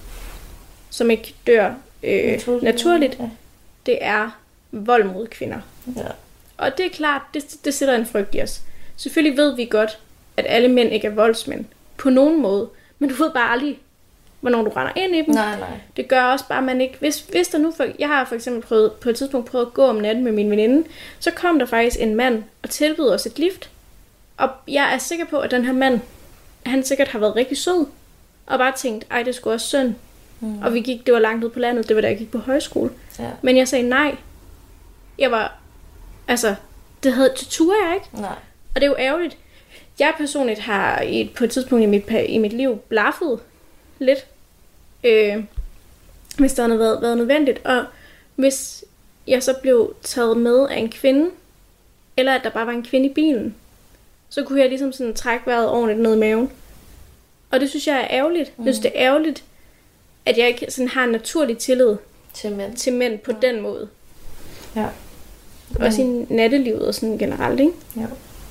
som ikke dør øh, Naturligt. naturligt, Ja. det er vold mod kvinder. Ja. Og det er klart, det, det sætter en frygt i os. Selvfølgelig ved vi godt, at alle mænd ikke er voldsmænd. På nogen måde. Men du ved bare aldrig, hvornår du render ind i dem. Nej, nej. Det gør også bare, at man ikke... Hvis, hvis der nu... For, jeg har for eksempel prøvet, på et tidspunkt prøvet at gå om natten med min veninde. Så kom der faktisk en mand og tilbød os et lift. Og jeg er sikker på, at den her mand, han sikkert har været rigtig sød. Og bare tænkt, ej, det skulle også synd. Mm. Og vi gik, det var langt ud på landet. Det var da jeg gik på højskole. Ja. Men jeg sagde nej. Jeg var... Altså, det havde det turde jeg ikke. Nej. Og det er jo ærgerligt. Jeg personligt har i, på et tidspunkt i mit, i mit liv blaffet lidt. Øh, hvis der havde været, været nødvendigt. Og hvis jeg så blev taget med af en kvinde, eller at der bare var en kvinde i bilen, så kunne jeg ligesom sådan trække vejret ordentligt ned i maven. Og det synes jeg er ærgerligt. Mm. Jeg synes, det er ærgerligt, at jeg ikke sådan har en naturlig tillid Til mænd. til mænd på ja. den måde. Ja. Også i nattelivet og sådan generelt, ikke? Ja.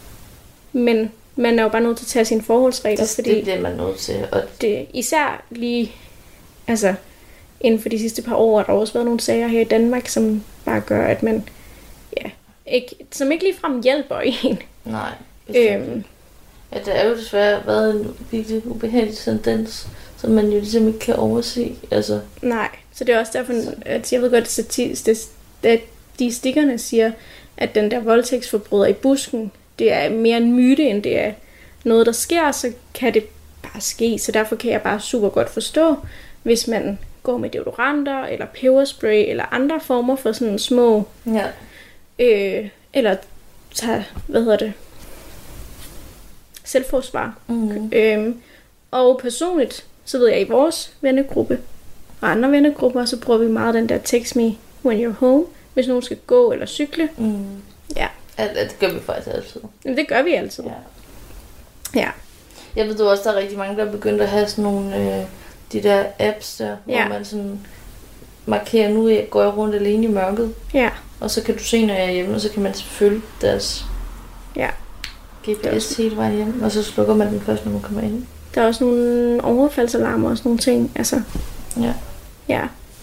Men man er jo bare nødt til at tage sine forholdsregler, Det, fordi det bliver man nødt til. Og det, især lige, altså inden for de sidste par år, har der også været nogle sager her i Danmark, som bare gør, at man, ja, ikke, som ikke ligefrem hjælper en. nej. Øhm, Ja, der er jo desværre været en virkelig ubehagelig tendens, som man jo ligesom ikke kan overse. Altså, nej, så det er også derfor, at jeg ved godt, at stati- at de stikkerne siger, at den der voldtægtsforbryder i busken, det er mere en myte, end det er noget, der sker, så kan det bare ske. Så derfor kan jeg bare super godt forstå, hvis man går med deodoranter, eller peberspray, eller andre former for sådan små, ja. øh, eller tager, hvad hedder det, selvforsvar. Mm-hmm. Øhm, og personligt, så ved jeg, i vores vennegruppe og andre vennegrupper, så bruger vi meget den der text me when you're home, hvis nogen skal gå eller cykle. Mm. Ja. At, at det gør vi faktisk altid. Men det gør vi altid. Ja. Ja. Jeg ved du også, der er rigtig mange, der er begyndt at have sådan nogle, øh, de der apps der, Ja. hvor man sådan markerer, nu går jeg rundt alene i mørket, Ja. og så kan du se, når jeg er hjemme, og så kan man følge deres Ja. G P S hele vejen hjem, og så slukker man den først, når man kommer ind. Der er også nogle overfaldsalarmer og sådan nogle ting. Altså, Ja. ja.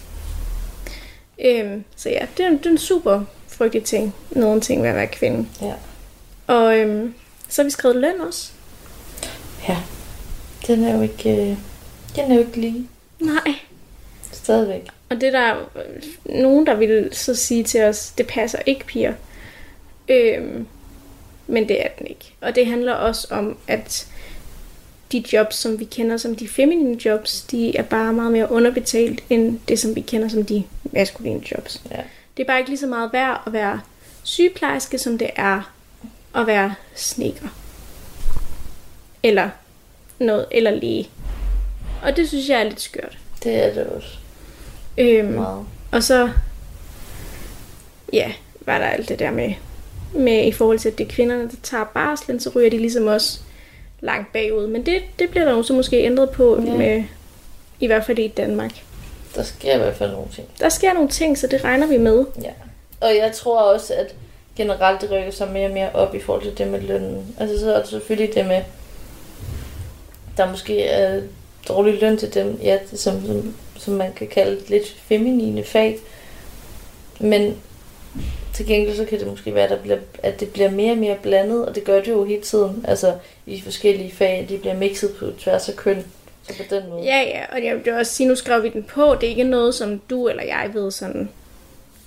Øhm, så ja, det er, det er en super frygtelig ting. Nogle ting ved at være kvinde. Ja. Og øhm, så har vi skrevet løn også. Ja. Den er jo ikke, øh, den er jo ikke lige. Nej. Stadigvæk. Og det er der øh, nogen, der vil så sige til os, det passer ikke, piger. Øhm, men det er den ikke. Og det handler også om, at de jobs, som vi kender som de feminine jobs, de er bare meget mere underbetalt, end det, som vi kender som de maskuline jobs. Ja. Det er bare ikke lige så meget værd at være sygeplejerske, som det er at være snedker. Eller noget, eller læge. Og det synes jeg er lidt skørt. Det er det også. Øhm, Meget. og så, ja, var der alt det der med, med i forhold til, at det er kvinderne, der tager barslen, så ryger de ligesom også langt bagud. Men det, det bliver der jo så måske ændret på, Ja. med, i hvert fald i Danmark. Der sker i hvert fald nogle ting. Der sker nogle ting, så det regner vi med. Ja. Og jeg tror også, at generelt det rykker sig mere og mere op i forhold til det med lønnen. Altså så er det selvfølgelig det med, der måske er dårlig løn til dem, ja, det som, som, som man kan kalde lidt feminine fag. Men til gengæld så kan det måske være, at, der bliver, at det bliver mere og mere blandet, og det gør det jo hele tiden. Altså i forskellige fag, de bliver mixet på tværs af køn. Så på den måde. Ja, ja, og jeg vil også sige, nu skrev vi den på, det er ikke noget, som du eller jeg ved sådan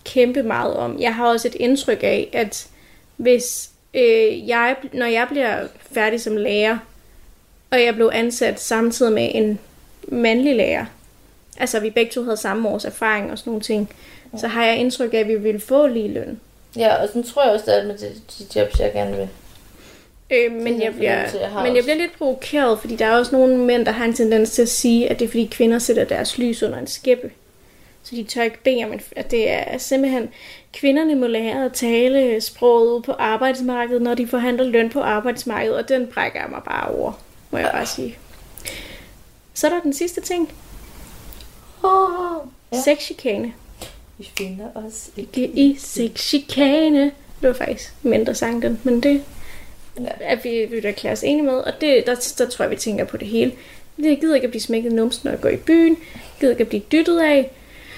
kæmpe meget om. Jeg har også et indtryk af, at hvis øh, jeg, når jeg bliver færdig som lærer, og jeg blev ansat samtidig med en mandlig lærer, altså vi begge to havde samme års erfaring og sådan nogle ting, ja. Så har jeg indtryk af, at vi ville få lige løn. Ja, og sådan tror jeg også, det er med de, de jobs, jeg gerne vil. Øh, men, jeg bliver, jeg men jeg bliver lidt provokeret, fordi der er også nogle mænd, der har en tendens til at sige, at det er fordi kvinder sætter deres lys under en skæppe. Så de tør ikke bede om, at det er simpelthen, kvinderne må lære at tale sproget på arbejdsmarkedet, når de forhandler løn på arbejdsmarkedet, og den brækker jeg mig bare over, må jeg bare sige. Så er der den sidste ting. Oh, ja. Sexchikane. Vi finder os ikke i sexchikane. Det var faktisk mænd, der sang den, men det ja. er vi, vi der klæder os enige med, og det, der, der tror jeg, vi tænker på det hele. Jeg gider ikke at blive smækket numsen, når jeg går i byen. Jeg gider ikke at blive dyttet af.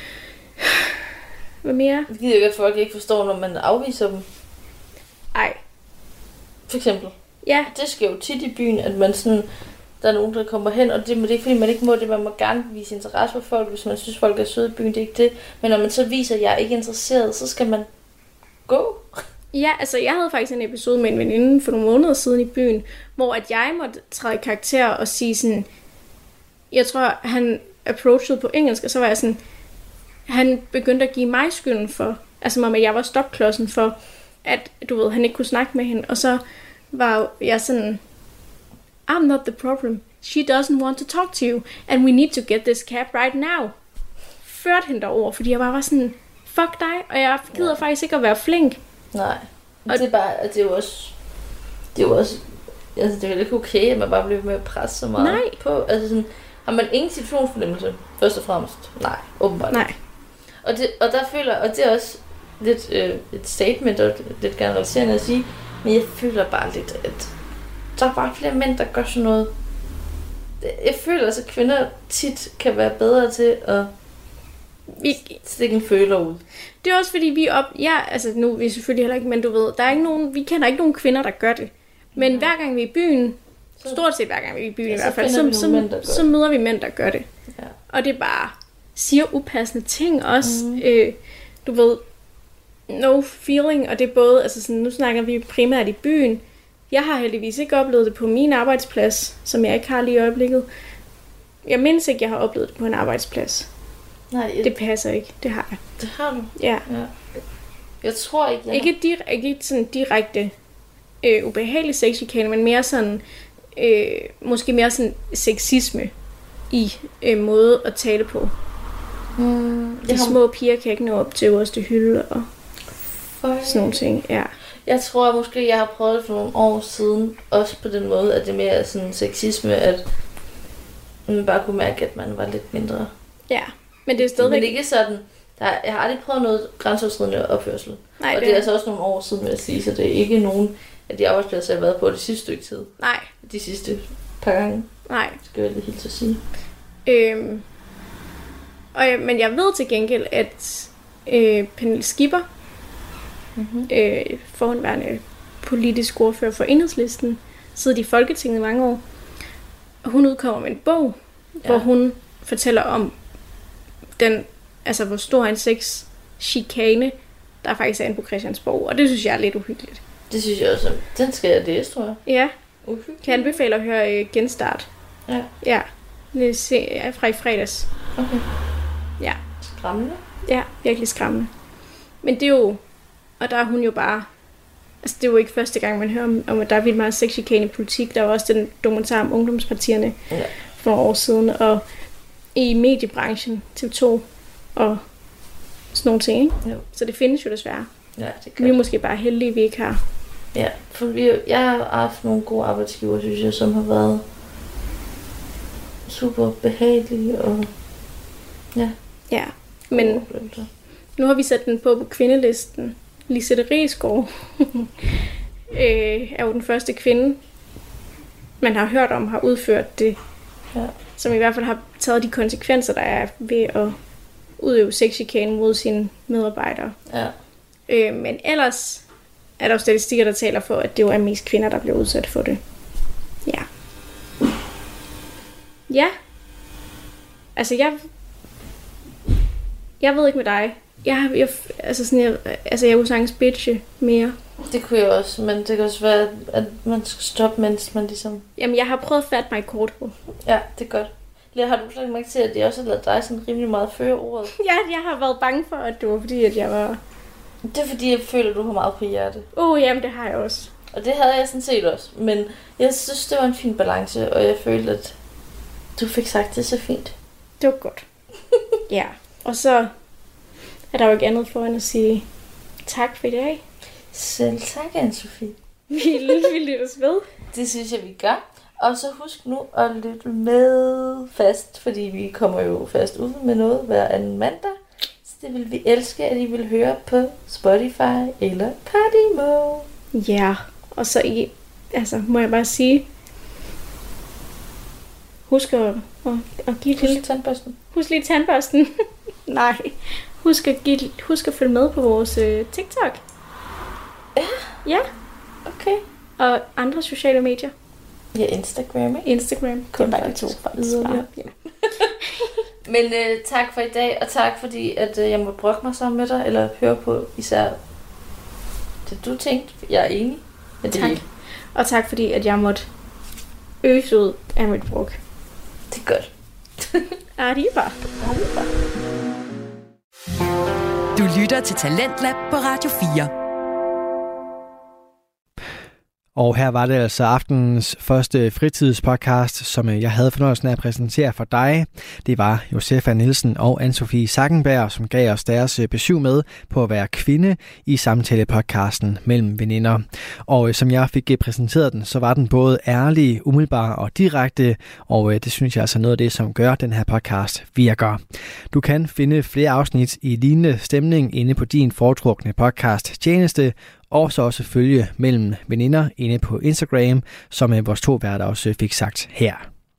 Hvad mere? Jeg gider ikke, at folk ikke forstår, når man afviser dem. Ej. For eksempel. Ja. Det sker jo tit i byen, at man sådan, der er nogen, der kommer hen, og det, det er ikke fordi, man ikke må det. Man må gerne vise interesse for folk, hvis man synes, folk er søde i byen. Det er ikke det. Men når man så viser, at jeg er ikke interesseret, så skal man gå. Ja, altså jeg havde faktisk en episode med en veninde for nogle måneder siden i byen, hvor at jeg måtte træde i karakter og sige sådan, jeg tror, han approachede på engelsk, og så var jeg sådan, han begyndte at give mig skylden for, altså om at jeg var stopklodsen for, at du ved, han ikke kunne snakke med hende, og så var jeg sådan, I'm not the problem. She doesn't want to talk to you, and we need to get this cab right now. Førte hende derover, fordi jeg bare var sådan, fuck dig, og jeg gider ja. faktisk ikke at være flink. Nej, og det er bare, det er jo også, det er jo også, altså det er jo ikke okay, at man bare bliver med at presse så meget Nej. på. Altså sådan, har man ingen situationsfornemmelse, først og fremmest? Nej, åbenbart. Nej. Og, det, og der føler, og det er også lidt øh, et statement, og lidt generaliserende at sige, men jeg føler bare lidt, at der er bare flere mænd, der gør sådan noget. Jeg føler altså, at kvinder tit kan være bedre til at vi stikke en føler ud. Det er også fordi vi op, ja, altså nu er vi selvfølgelig heller ikke, men du ved, der er ikke nogen, vi kender ikke nogen kvinder, der gør det. Men ja. hver gang vi er i byen, stort set hver gang vi er i byen ja, i hvert fald, så, så, mænd, så møder vi mænd, der gør det. Ja. Og det er bare siger upassende ting også. Mm. Øh, du ved, no feeling, og det er både, altså sådan, nu snakker vi primært i byen. Jeg har heldigvis ikke oplevet det på min arbejdsplads, som jeg ikke har lige i øjeblikket. Jeg mindes ikke, jeg har oplevet det på en arbejdsplads. Nej, jeg... Det passer ikke, det har jeg. Det har du? Ja. ja. Jeg tror ikke, jeg Ikke, dir- ikke sådan direkte øh, ubehagelig sexchikane, men mere sådan, øh, måske mere sådan sexisme i øh, måde at tale på. Mm, De har... små piger kan ikke nå op til øverste hylde og Føj. sådan nogle ting, ja. Jeg tror at måske, jeg har prøvet det for nogle år siden, også på den måde, at det mere er sådan sexisme, at man bare kunne mærke, at man var lidt mindre. Ja, men det er stadigvæk... Men ikke sådan, der er, jeg har aldrig prøvet noget grænseoverskridende opførsel. Nej, og det er, det er altså også nogle år siden, vil jeg sige, så det er ikke nogen af de arbejdspladser, jeg har været på det sidste stykke tid. Nej. De sidste par gange. Nej. Skal jeg det helt til at sige. Øhm, og jeg, men jeg ved til gengæld, at øh, Pernille Skipper, mm-hmm. øh, forhåndværende politisk ordfører for Enhedslisten, sidder i Folketinget i mange år, og hun udkommer med en bog, ja. hvor hun fortæller om den, altså hvor stor en sex-chikane, der faktisk er inde på Christiansborg, og det synes jeg er lidt uhyggeligt. Det synes jeg også. Den skal jeg læse, tror jeg. Ja. Uhyggeligt. Kan anbefale at høre øh, Genstart. Ja. Ja. Det er fra i fredags. Okay. Ja. Skræmmende. Ja, virkelig skræmmende. Men det er jo, og der er hun jo bare, altså det er jo ikke første gang, man hører om, om at der er vildt meget sexchikane i politik. Der var også den dokumentar om ungdomspartierne ja. for nogle år siden, og i mediebranchen, T V to og sådan nogle ting, ikke? Jo. Så det findes jo desværre. Ja, det kan. Vi er måske bare heldige, vi ikke har. Ja, for vi, jeg har haft nogle gode arbejdsgiver, synes jeg, som har været super behagelige og ja. Ja, men nu har vi sat den på på kvindelisten. Lisette Rigsgaard øh, er jo den første kvinde, man har hørt om, har udført det. Ja. Som i hvert fald har taget de konsekvenser, der er ved at udøve sexchikane mod sine medarbejdere. Ja. Øh, men ellers er der jo statistikker, der taler for, at det jo er mest kvinder, der bliver udsat for det. Ja. Ja. Altså, jeg... Jeg ved ikke med dig, Jeg, jeg, altså sådan, jeg, altså jeg kunne sagtens bitche mere. Det kunne jeg også, men det kan også være, at man skal stoppe, mens man ligesom... Jamen, jeg har prøvet at fatte mig i kort på. Ja, det er godt. Lea, har du slet ikke mærke til, at jeg også har lavet dig sådan rimelig meget føre ordet? Ja, jeg har været bange for, at det var fordi, at jeg var... Det er fordi, jeg føler, at du har meget på hjerte. Uh, jamen, det har jeg også. Og det havde jeg sådan set også. Men jeg synes, det var en fin balance, og jeg følte, at du fik sagt det så fint. Det var godt. Ja, og så er der jo ikke andet for end at sige tak for i dag. Selv tak, Anne-Sophie. Vi, vi lyttes ved. Det synes jeg, vi gør. Og så husk nu at lytte med fast, fordi vi kommer jo fast ud med noget hver anden mandag. Så det vil vi elske, at I vil høre på Spotify eller Podimo. Ja, og så I, altså, må jeg bare sige, husk at, at, at give Husk lille... tandbørsten. Husk lige tandbørsten. Nej, husk at, give, husk at følge med på vores uh, TikTok. Ja. Ja. Okay. Og andre sociale medier. Ja, Instagram. Ikke? Instagram. Kun bare de to. Ja. Men øh, tak for i dag, og tak fordi, at øh, jeg må brokke mig sammen med dig, eller høre på især det du tænkte. Jeg er enig med det. Tak. Og tak fordi, at jeg måtte øse ud af mit brok. Det er godt. Arriba. Arriba. Du lytter til Talentlab på Radio fire. Og her var det altså aftenens første fritidspodcast, som jeg havde fornøjelsen af at præsentere for dig. Det var Josefa Nielsen og Anne-Sophie Sackenberg, som gav os deres besøg med på at være kvinde i samtalepodcasten Mellem Veninder. Og som jeg fik præsenteret den, så var den både ærlig, umiddelbar og direkte, og det synes jeg altså er noget af det, som gør den her podcast virker. Du kan finde flere afsnit i lignende stemning inde på din foretrukne podcast tjeneste, og så også følge Mellem Veninder inde på Instagram, som vores to værter også fik sagt her.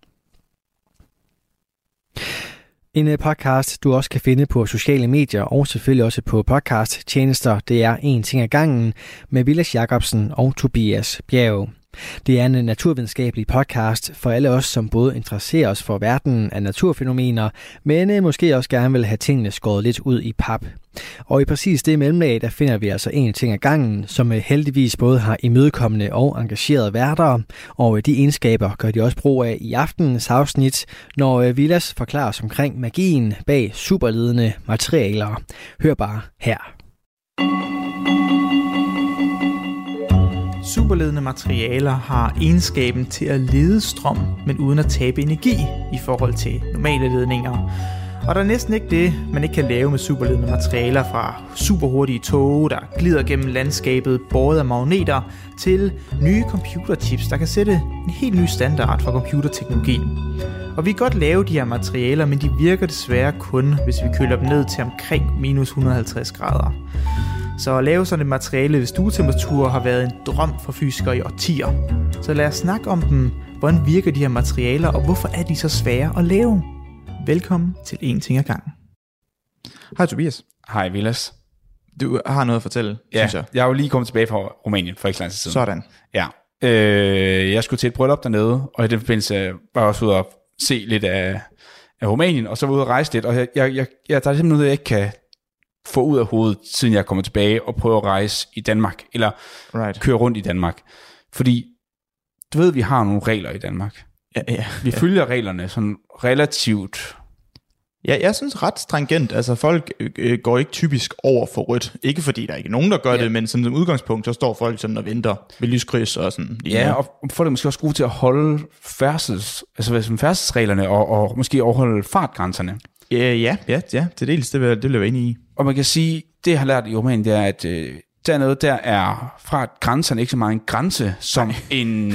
En podcast, du også kan finde på sociale medier og selvfølgelig også på podcast-tjenester, det er En ting ad gangen med Vilas Jacobsen og Tobias Bjerg. Det er en naturvidenskabelig podcast for alle os, som både interesserer os for verdenen af naturfænomener, men måske også gerne vil have tingene skåret lidt ud i pap. Og i præcis det mellemlag, der finder vi altså En ting ad gangen, som heldigvis både har imødekommende og engagerede værter, og de egenskaber gør de også brug af i aftenens afsnit, når Vilas forklarer os omkring magien bag superledende materialer. Hør bare her. Superledende materialer har egenskaben til at lede strøm, men uden at tabe energi i forhold til normale ledninger. Og der er næsten ikke det, man ikke kan lave med superledende materialer, fra superhurtige tog, der glider gennem landskabet, båret af magneter, til nye computerchips, der kan sætte en helt ny standard for computerteknologien. Og vi kan godt lave de her materialer, men de virker desværre kun, hvis vi køler dem ned til omkring minus et hundrede og halvtreds grader. Så at lave sådan et materiale ved stuetemperatur har været en drøm for fysikere i årtier. Så lad os snakke om dem. Hvordan virker de her materialer, og hvorfor er de så svære at lave? Velkommen til En ting ad gangen. Hej Tobias. Hej Vilas. Du har noget at fortælle, ja, synes jeg. Jeg er jo lige kommet tilbage fra Rumænien for ikke lang tid siden. Sådan. Ja. Øh, jeg skulle til et bryllup dernede, og i den forbindelse var jeg også ude at se lidt af, af Rumænien, og så var jeg ude at rejse lidt, og jeg, jeg, jeg, jeg, der er simpelthen noget, jeg ikke kan få ud af hovedet, siden jeg kommer tilbage og prøver at rejse i Danmark, eller right. køre rundt i Danmark. Fordi, du ved, vi har nogle regler i Danmark. Ja, ja, vi ja. følger reglerne sådan relativt. Ja, jeg synes ret stringent. Altså folk øh, går ikke typisk over for rødt. Ikke fordi der er ikke nogen, der gør ja. det, men sådan som udgangspunkt, så står folk sådan og venter ved lyskryds og sådan. Ja, ja, og folk er måske også gode til at holde færdsels, altså færdselsreglerne og, og måske overholde fartgrænserne. Ja, ja, ja, ja, til dels, det vil, det vil jeg være enig i. Og man kan sige, det jeg har lært i Rumænien, det er, at øh, der er noget, der er fra grænserne ikke så meget en grænse, som Nej. en...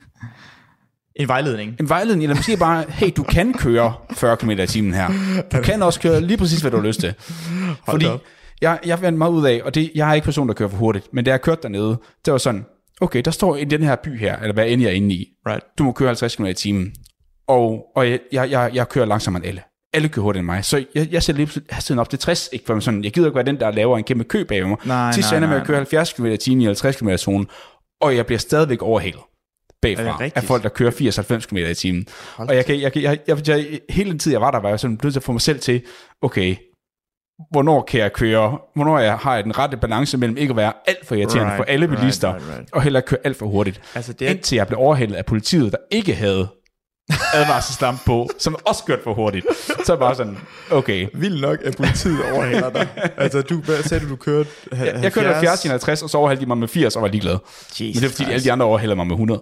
En vejledning. En vejledning, eller måske bare, hey, du kan køre fyrre kilometer i timen her. Du kan også køre lige præcis, hvad du har lyst til. Fordi jeg, jeg fandt meget ud af, og det, jeg er ikke person, der kører for hurtigt, men da jeg kørte dernede, det var sådan, okay, der står i den her by her, eller hvad end jeg er inde i, right. du må køre halvtreds kilometer i timen, og, og jeg, jeg, jeg kører langsommere end alle. Alle kører hurtigere end mig, så jeg, jeg sætter lige hastigheden op til tres, ikke for sådan, jeg gider ikke være den, der laver en kæmpe kø bag mig. Nej, Sidst ender med at køre halvfjerds kilometer i timen i halvtreds kilometer zone, og jeg bliver stadigvæk overhalet bagfra af folk, der kører firs til halvfems kilometer i timen. Hold og jeg kan, jeg, jeg, jeg, jeg, jeg, hele den tid, jeg var der, var jeg sådan nødt til at få mig selv til, okay, hvornår kan jeg køre, hvornår jeg har den rette balance mellem ikke at være alt for irriterende right, for alle bilister, right, right, right. og heller køre alt for hurtigt. Altså, det er... Indtil jeg blev overhældet af politiet, der ikke havde advarselslampe på, som også kørte for hurtigt. Så bare sådan, okay. Vildt nok, at politiet overhælder dig. Altså, du sagde, du kørte halvfjerds? Jeg kørte halvfjerds til halvtreds, og så overhældte de mig med firs, og var ligeglad. Jesus Men det er fordi, alle de andre overhælder mig med hundrede.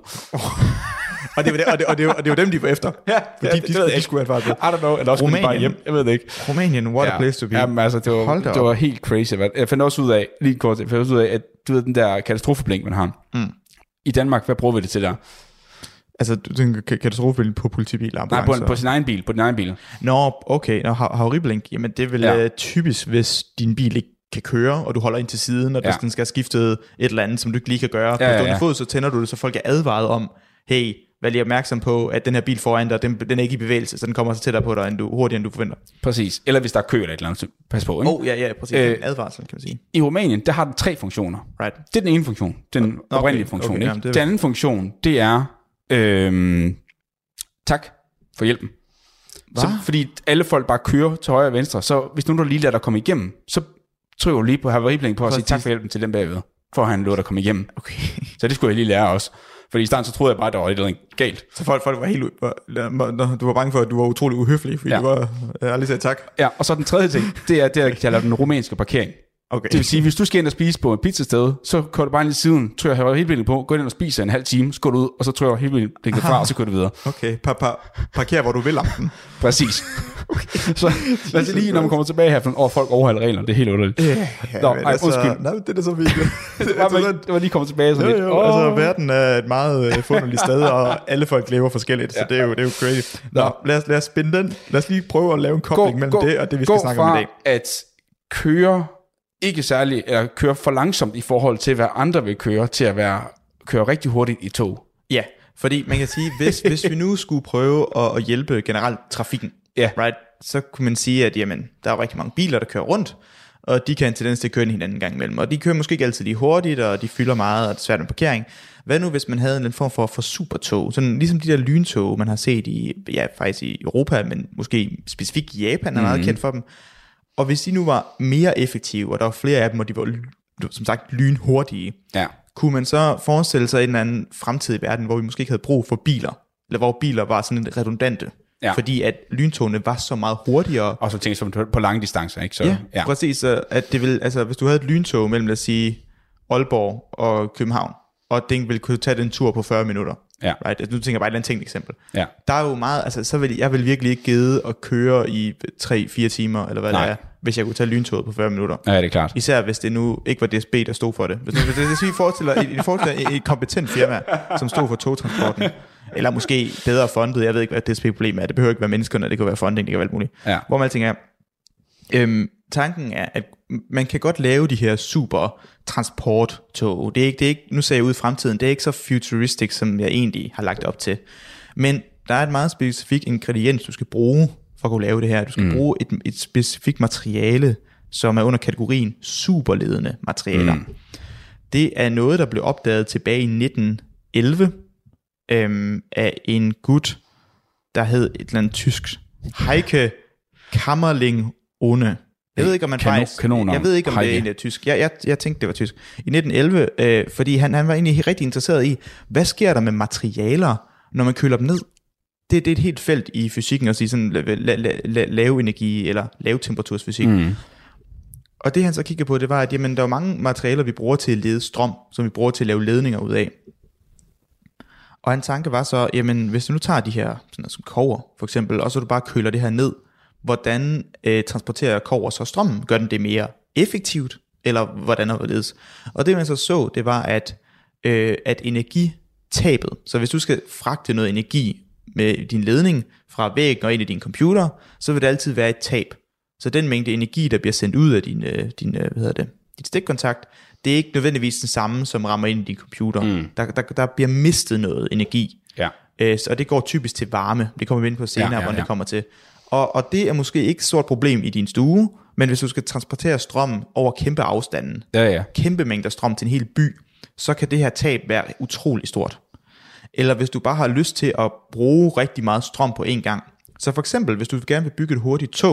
og, det var det, og, det, og, det var, og det var dem, de var efter. Ja, fordi ja, de, de, skulle, de skulle have advaret. I don't know, eller også skulle de bare hjem. Jeg ved det ikke. Rumænien, what ja. a place to be. Jamen, altså, det var, det var helt crazy. Jeg fandt også ud af, lige kort, jeg fandt også ud af, at du ved, den der katastrofeblink, man har. Mm. I Danmark, hvad bruger vi det til der? Altså, du tænker katastrofebil på politibiler? Nej, på, på sin egen bil, på din egen bil. Nå, okay. Nå, havariblink, jamen det er vel ja. typisk, hvis din bil ikke kan køre, og du holder ind til siden, og ja. hvis den skal have skiftet et eller andet, som du ikke lige kan gøre på ja, ja, ja. fod, så tænder du det, så folk er advaret om, hey, vær lige opmærksom på, at den her bil foran dig, den, den er ikke i bevægelse, så den kommer så tættere på dig, end du, hurtigere end du forventer. Præcis. Eller hvis der er kø eller et eller andet, pas på, ikke? Oh, ja, ja, præcis. Øh, advarsel, kan man sige. I Rumænien, der har den tre funktioner. Right. Det er den ene funktion, den okay, oprindelige funktion. Okay, ikke? Jamen, det... Den anden funktion, det er, øhm, tak for hjælpen. Så, fordi alle folk bare kører til højre og venstre, så hvis nogen der lige lader dig komme igennem, så trykker du lige på havariblink på at sige tak for hjælpen til dem bagved, for at han lå der komme igennem. Okay. Så det skulle jeg lige lære også. Fordi i starten så troede jeg bare, at der var et eller andet galt. Så folk, folk var helt ud. Du var bange for, at du var utrolig uhøflig, fordi ja. du var, jeg har lige sagt tak. Ja, og så den tredje ting, det er det, jeg kalder den rumænske parkering. Okay. Det vil sige, hvis du skal ind og spise på et pizzasted, så kører du bare ind i siden, trykker havariblink på, går ind og spiser en halv time, så går du ud, og så trykker havariblink fra, og så kører du videre. Okay, pa- pa- parker hvor du vil lampen. Præcis. Okay. Så lad os lige, når man kommer tilbage her, og folk overholder reglerne, det er helt underligt. Ja, Nå, ej, altså, undskyld. Nej, det er så fint. det, var, man, det var lige kommet tilbage sådan jo, lidt. Jo, oh. Altså, verden er et meget forunderligt sted, og alle folk lever forskelligt, ja. så det er jo, det er jo crazy. Nå, Nå. Lad, os, lad os spænde den. Lad os lige prøve at lave en kobling gå, mellem gå, det, og det vi skal snakke om i dag. At køre ikke særlig, eller køre for langsomt i forhold til, hvad andre vil køre, til at være køre rigtig hurtigt i tog. Ja, fordi man kan sige, hvis, hvis vi nu skulle prøve at, at hjælpe generelt trafikken, ja. right, så kunne man sige, at jamen, der er rigtig mange biler, der kører rundt, og de kan have en tendens til at køre hinanden en gang imellem, og de kører måske ikke altid lige hurtigt, og de fylder meget, og det er svært med parkering. Hvad nu, hvis man havde en form for, for supertog, sådan ligesom de der lyntog, man har set i, ja, faktisk i Europa, men måske specifikt i Japan, er meget mm-hmm. kendt for dem. Og hvis de nu var mere effektive, og der var flere af dem, og de var som sagt lynhurtige, ja. kunne man så forestille sig en eller anden fremtid i verden, hvor vi måske ikke havde brug for biler, eller hvor biler var sådan lidt redundante, ja. fordi at lyntogene var så meget hurtigere. Og så tænker som på lange distancer, ikke? Så, ja, ja, præcis. At det vil, altså, hvis du havde et lyntog mellem, lad os sige, Aalborg og København, og den ville kunne tage den tur på fyrre minutter. Ja. Right? Altså, nu tænker jeg bare et eller andet tænkt eksempel. Ja. Der er jo meget, altså så vil jeg vil virkelig ikke gide at køre i tre fire timer, eller hvad Nej. det er, hvis jeg kunne tage lyntoget på fyrre minutter. Ja, det er klart. Især hvis det nu ikke var D S B, der stod for det. Hvis, hvis, hvis vi forestiller, i, i forestiller et, et kompetent firma, som stod for togtransporten, eller måske bedre fundet, jeg ved ikke, hvad D S B-problemet er, det behøver ikke være menneskerne, det kan være funding, det kan være alt muligt. Ja. Hvor man tænker, øhm, tanken er, at man kan godt lave de her super transporttog. Det er ikke, det er ikke, nu ser jeg ud i fremtiden, det er ikke så futuristic, som jeg egentlig har lagt op til. Men der er et meget specifikt ingrediens, du skal bruge for at kunne lave det her. Du skal mm. bruge et, et specifikt materiale, som er under kategorien superledende materialer. Mm. Det er noget, der blev opdaget tilbage i nitten elleve øhm, af en gut, der hed et eller andet tysk, Heike Kammerling-Ohne. Jeg ved ikke, om man Kanon, faktisk... Jeg ved ikke, om Heike. Det egentlig er tysk. Jeg, jeg, jeg tænkte, det var tysk. I nitten elleve, øh, fordi han, han var egentlig rigtig interesseret i, hvad sker der med materialer, når man køler dem ned? Det, det er et helt felt i fysikken, at sige sådan la, la, la, la, lave energi, eller lave temperatursfysik. Mm. Og det han så kiggede på, det var, at jamen, der er mange materialer, vi bruger til at lede strøm, som vi bruger til at lave ledninger ud af. Og hans tanke var så, jamen, hvis du nu tager de her, sådan noget som kobber, for eksempel, og så du bare køler det her ned, hvordan øh, transporterer kobber så strømmen? Gør den det mere effektivt, eller hvordan er det? Og det man så så, det var, at, øh, at energitabet, så hvis du skal fragte noget energi med din ledning fra væggen og ind i din computer, så vil det altid være et tab. Så den mængde energi, der bliver sendt ud af din, din, hvad hedder det, din stikkontakt, det er ikke nødvendigvis den samme, som rammer ind i din computer. Mm. Der, der, der bliver mistet noget energi. Ja. Øh, og det går typisk til varme. Det kommer vi ind på senere, ja, ja, ja. hvordan det kommer til. Og, og det er måske ikke et stort problem i din stue, men hvis du skal transportere strøm over kæmpe afstanden, ja, ja. kæmpe mængder strøm til en hel by, så kan det her tab være utrolig stort. Eller hvis du bare har lyst til at bruge rigtig meget strøm på en gang. Så for eksempel, hvis du gerne vil bygge et hurtigt tog,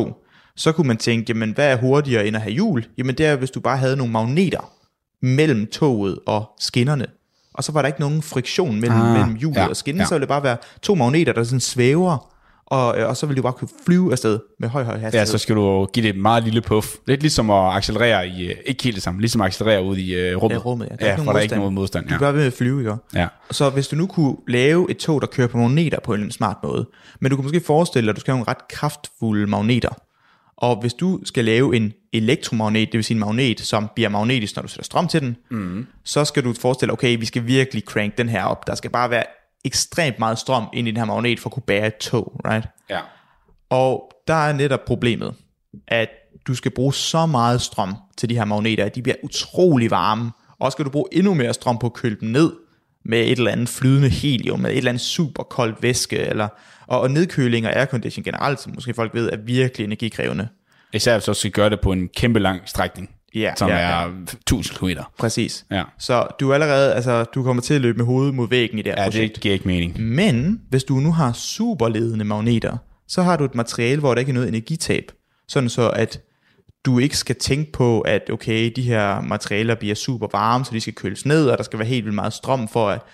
så kunne man tænke, jamen hvad er hurtigere end at have hjul? Jamen det er, hvis du bare havde nogle magneter mellem toget og skinnerne, og så var der ikke nogen friktion mellem, ah, mellem hjulet ja, og skinnen, ja. Så ville det bare være to magneter, der sådan svæver, og, og så ville du bare kunne flyve afsted med høj, høj hastighed. Ja, så skal du give det et meget lille puff. Lidt ligesom at accelerere i, ikke helt det samme, ligesom at accelerere ud i uh, rummet. Ja, rummet, ja. Der ja, er for der er ikke noget modstand. Ja. Du gør ved at flyve, ikke? Ja. Så hvis du nu kunne lave et tog, der kører på magneter på en smart måde, men du kan måske forestille dig, at du skal have nogle ret kraftfulde magneter, og hvis du skal lave en elektromagnet, det vil sige en magnet, som bliver magnetisk, når du sætter strøm til den, mm. så skal du forestille dig, okay, vi skal virkelig crank den her op. Der skal bare være ekstremt meget strøm ind i den her magnet, for at kunne bære et tog, right? Ja. Og der er netop problemet, at du skal bruge så meget strøm til de her magneter, at de bliver utrolig varme, og skal du bruge endnu mere strøm på at køle dem ned med et eller andet flydende helium, med et eller andet super koldt væske, eller, og, og nedkøling og aircondition generelt, som måske folk ved, er virkelig energikrævende. Især hvis du skal gøre det på en kæmpe lang strækning, ja, som ja, er ja. tusind kilometer. Præcis. Ja. Så du er allerede, altså du kommer til at løbe med hovedet mod væggen i det her ja, projekt. det giver ikke mening. Men hvis du nu har superledende magneter, så har du et materiale, hvor der ikke er noget energitab, sådan så at du ikke skal tænke på, at okay, de her materialer bliver super varme, så de skal køles ned, og der skal være helt vildt meget strøm for at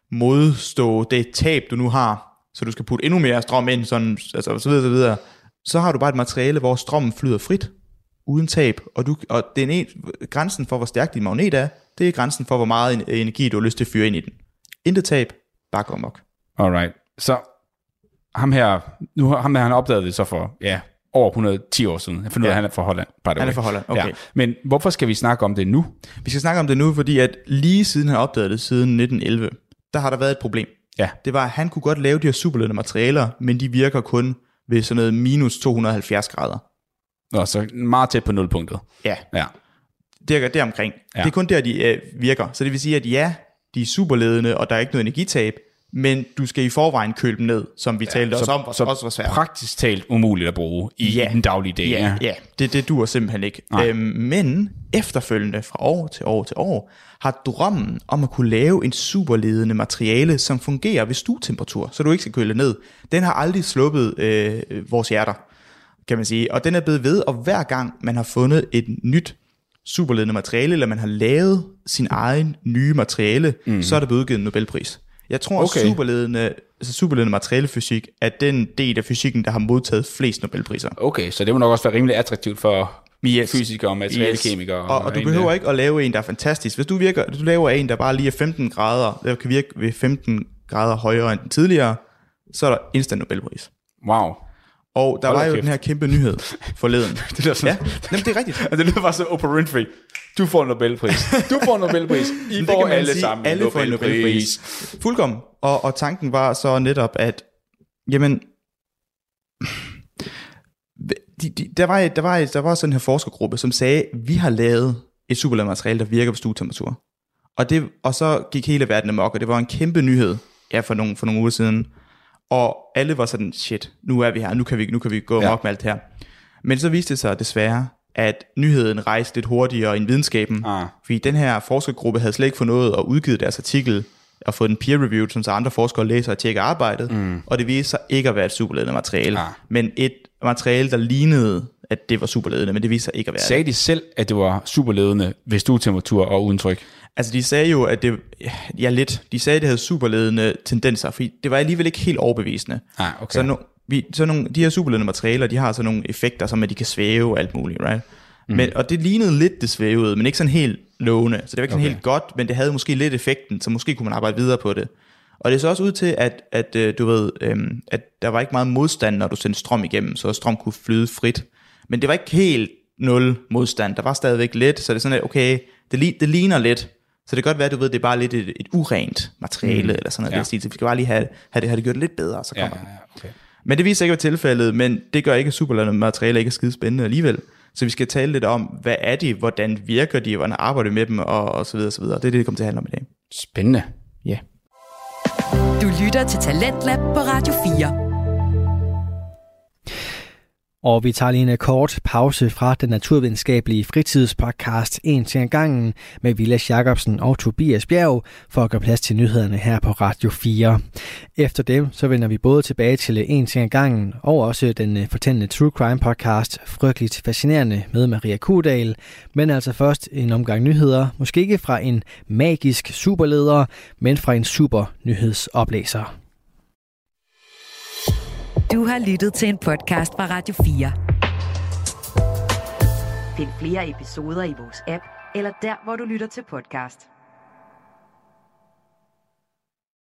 modstå det tab, du nu har, så du skal putte endnu mere strøm ind, sådan, altså så videre, så videre. Så har du bare et materiale, hvor strømmen flyder frit, uden tab, og, du, og den en, grænsen for, hvor stærk din magnet er, det er grænsen for, hvor meget energi, du har lyst til at fyre ind i den. Intet tab, bare gå amok. Alright, så ham her, nu ham her, han opdagede det så for, ja, over et hundrede og ti år siden. Jeg finder ud af, at han er fra Holland. Han er fra Holland, okay. Ja. Men hvorfor skal vi snakke om det nu? Vi skal snakke om det nu, fordi at lige siden han opdagede det, siden nitten elleve, der har der været et problem. Ja. Det var, at han kunne godt lave de her superledende materialer, men de virker kun ved sådan noget minus to hundrede og halvfjerds grader. Nå, så meget tæt på nulpunktet. Ja. Ja. Det er deromkring. Ja. Det er kun der, de øh, virker. Så det vil sige, at ja, de er superledende, og der er ikke noget energitab, men du skal i forvejen køle dem ned, som vi ja, talte også om, så også var svært. Praktisk talt umuligt at bruge i ja. den daglige dag. Ja, ja. ja. Det, det duer simpelthen ikke. Øhm, men efterfølgende fra år til år til år, har drømmen om at kunne lave en superledende materiale, som fungerer ved stuetemperatur, så du ikke skal køle ned, den har aldrig sluppet øh, vores hjerter, kan man sige. Og den er blevet ved, og hver gang man har fundet et nyt superledende materiale, eller man har lavet sin egen nye materiale, mm. så er der blevet udgivet en Nobelpris. Jeg tror, okay. at superledende, altså superledende materialefysik er den del af fysikken, der har modtaget flest Nobelpriser. Okay, så det må nok også være rimelig attraktivt for yes. fysikere og materialekemikere. Yes. Og, og, og du behøver der. ikke at lave en, der er fantastisk. Hvis du, virker, du laver en, der bare lige er femten grader, der kan virke ved femten grader højere end den tidligere, så er der instant Nobelpris. Wow. Og der Hold var jo kæft. den her kæmpe nyhed forleden. det er sådan, ja, Jamen, det er rigtigt. det lyder bare så Oprah Winfrey. Du får en Nobelpris. Du får en Nobelpris. I får alle sige, sammen alle Nobelpris. Får en Nobelpris. Fuldkommen. Og, og tanken var så netop, at jamen, de, de, der, var, der, var, der var sådan en her forskergruppe, som sagde, vi har lavet et superledende materiale, der virker på stuetemperatur. Og, det, og så gik hele verden amok, og det var en kæmpe nyhed ja, for, nogle, for nogle uger siden. Og alle var sådan, shit, nu er vi her, nu kan vi, nu kan vi gå amok ja. med alt det her. Men så viste det sig desværre, at nyheden rejste lidt hurtigere end videnskaben, ah. fordi den her forskergruppe havde slet ikke fået noget at udgive deres artikel og få den peer-reviewed, så andre forskere læser og tjekker arbejdet, mm. og det viste sig ikke at være et superledende materiale, ah. men et materiale, der lignede, at det var superledende, men det viste sig ikke at være Sagde det. de selv, at det var superledende ved stuetemperatur og uden tryk? Altså de sagde jo, at det, ja lidt, de sagde, at det havde superledende tendenser, fordi det var alligevel ikke helt overbevisende. Ah, okay. Så, no, vi, så nogle, de her superledende materialer, de har så nogle effekter, som at de kan svæve og alt muligt, right? Mm. Men, og det lignede lidt, det svævede, men ikke sådan helt lovende, så det var ikke sådan okay. helt godt, men det havde måske lidt effekten, så måske kunne man arbejde videre på det. Og det er så også ud til, at, at du ved, øhm, at der var ikke meget modstand, når du sendte strøm igennem, så strøm kunne flyde frit. Men det var ikke helt nul modstand, der var stadigvæk lidt, så det er sådan, at okay, det, det ligner lidt, så det kan godt være, at du ved, det er bare lidt et, et urent materiale, mm. eller sådan noget, ja. stil, så vi skal bare lige have, have, det, have det gjort lidt bedre, så kommer ja, ja, okay. Men det viser ikke at være tilfældet, men det gør ikke, at superledende materialer ikke er skide spændende alligevel. Så vi skal tale lidt om, hvad er de, hvordan virker de, hvordan arbejder vi med dem, og, og så videre, og så videre. Det er det, det kommer til at handle om i dag. Spændende. Ja. Du lytter til Talentlab på Radio fire. Og vi tager lige en kort pause fra den naturvidenskabelige fritidspodcast En ting ad gangen med Vilas Jacobsen og Tobias Bjerg for at gøre plads til nyhederne her på Radio fire. Efter dem så vender vi både tilbage til En ting ad gangen og også den fortællende True Crime podcast Frygteligt Fascinerende med Maria Kudal. Men altså først en omgang nyheder, måske ikke fra en magisk superleder, men fra en super nyhedsoplæser. Du har lyttet til en podcast fra Radio fire. Find flere episoder i vores app, eller der, hvor du lytter til podcast.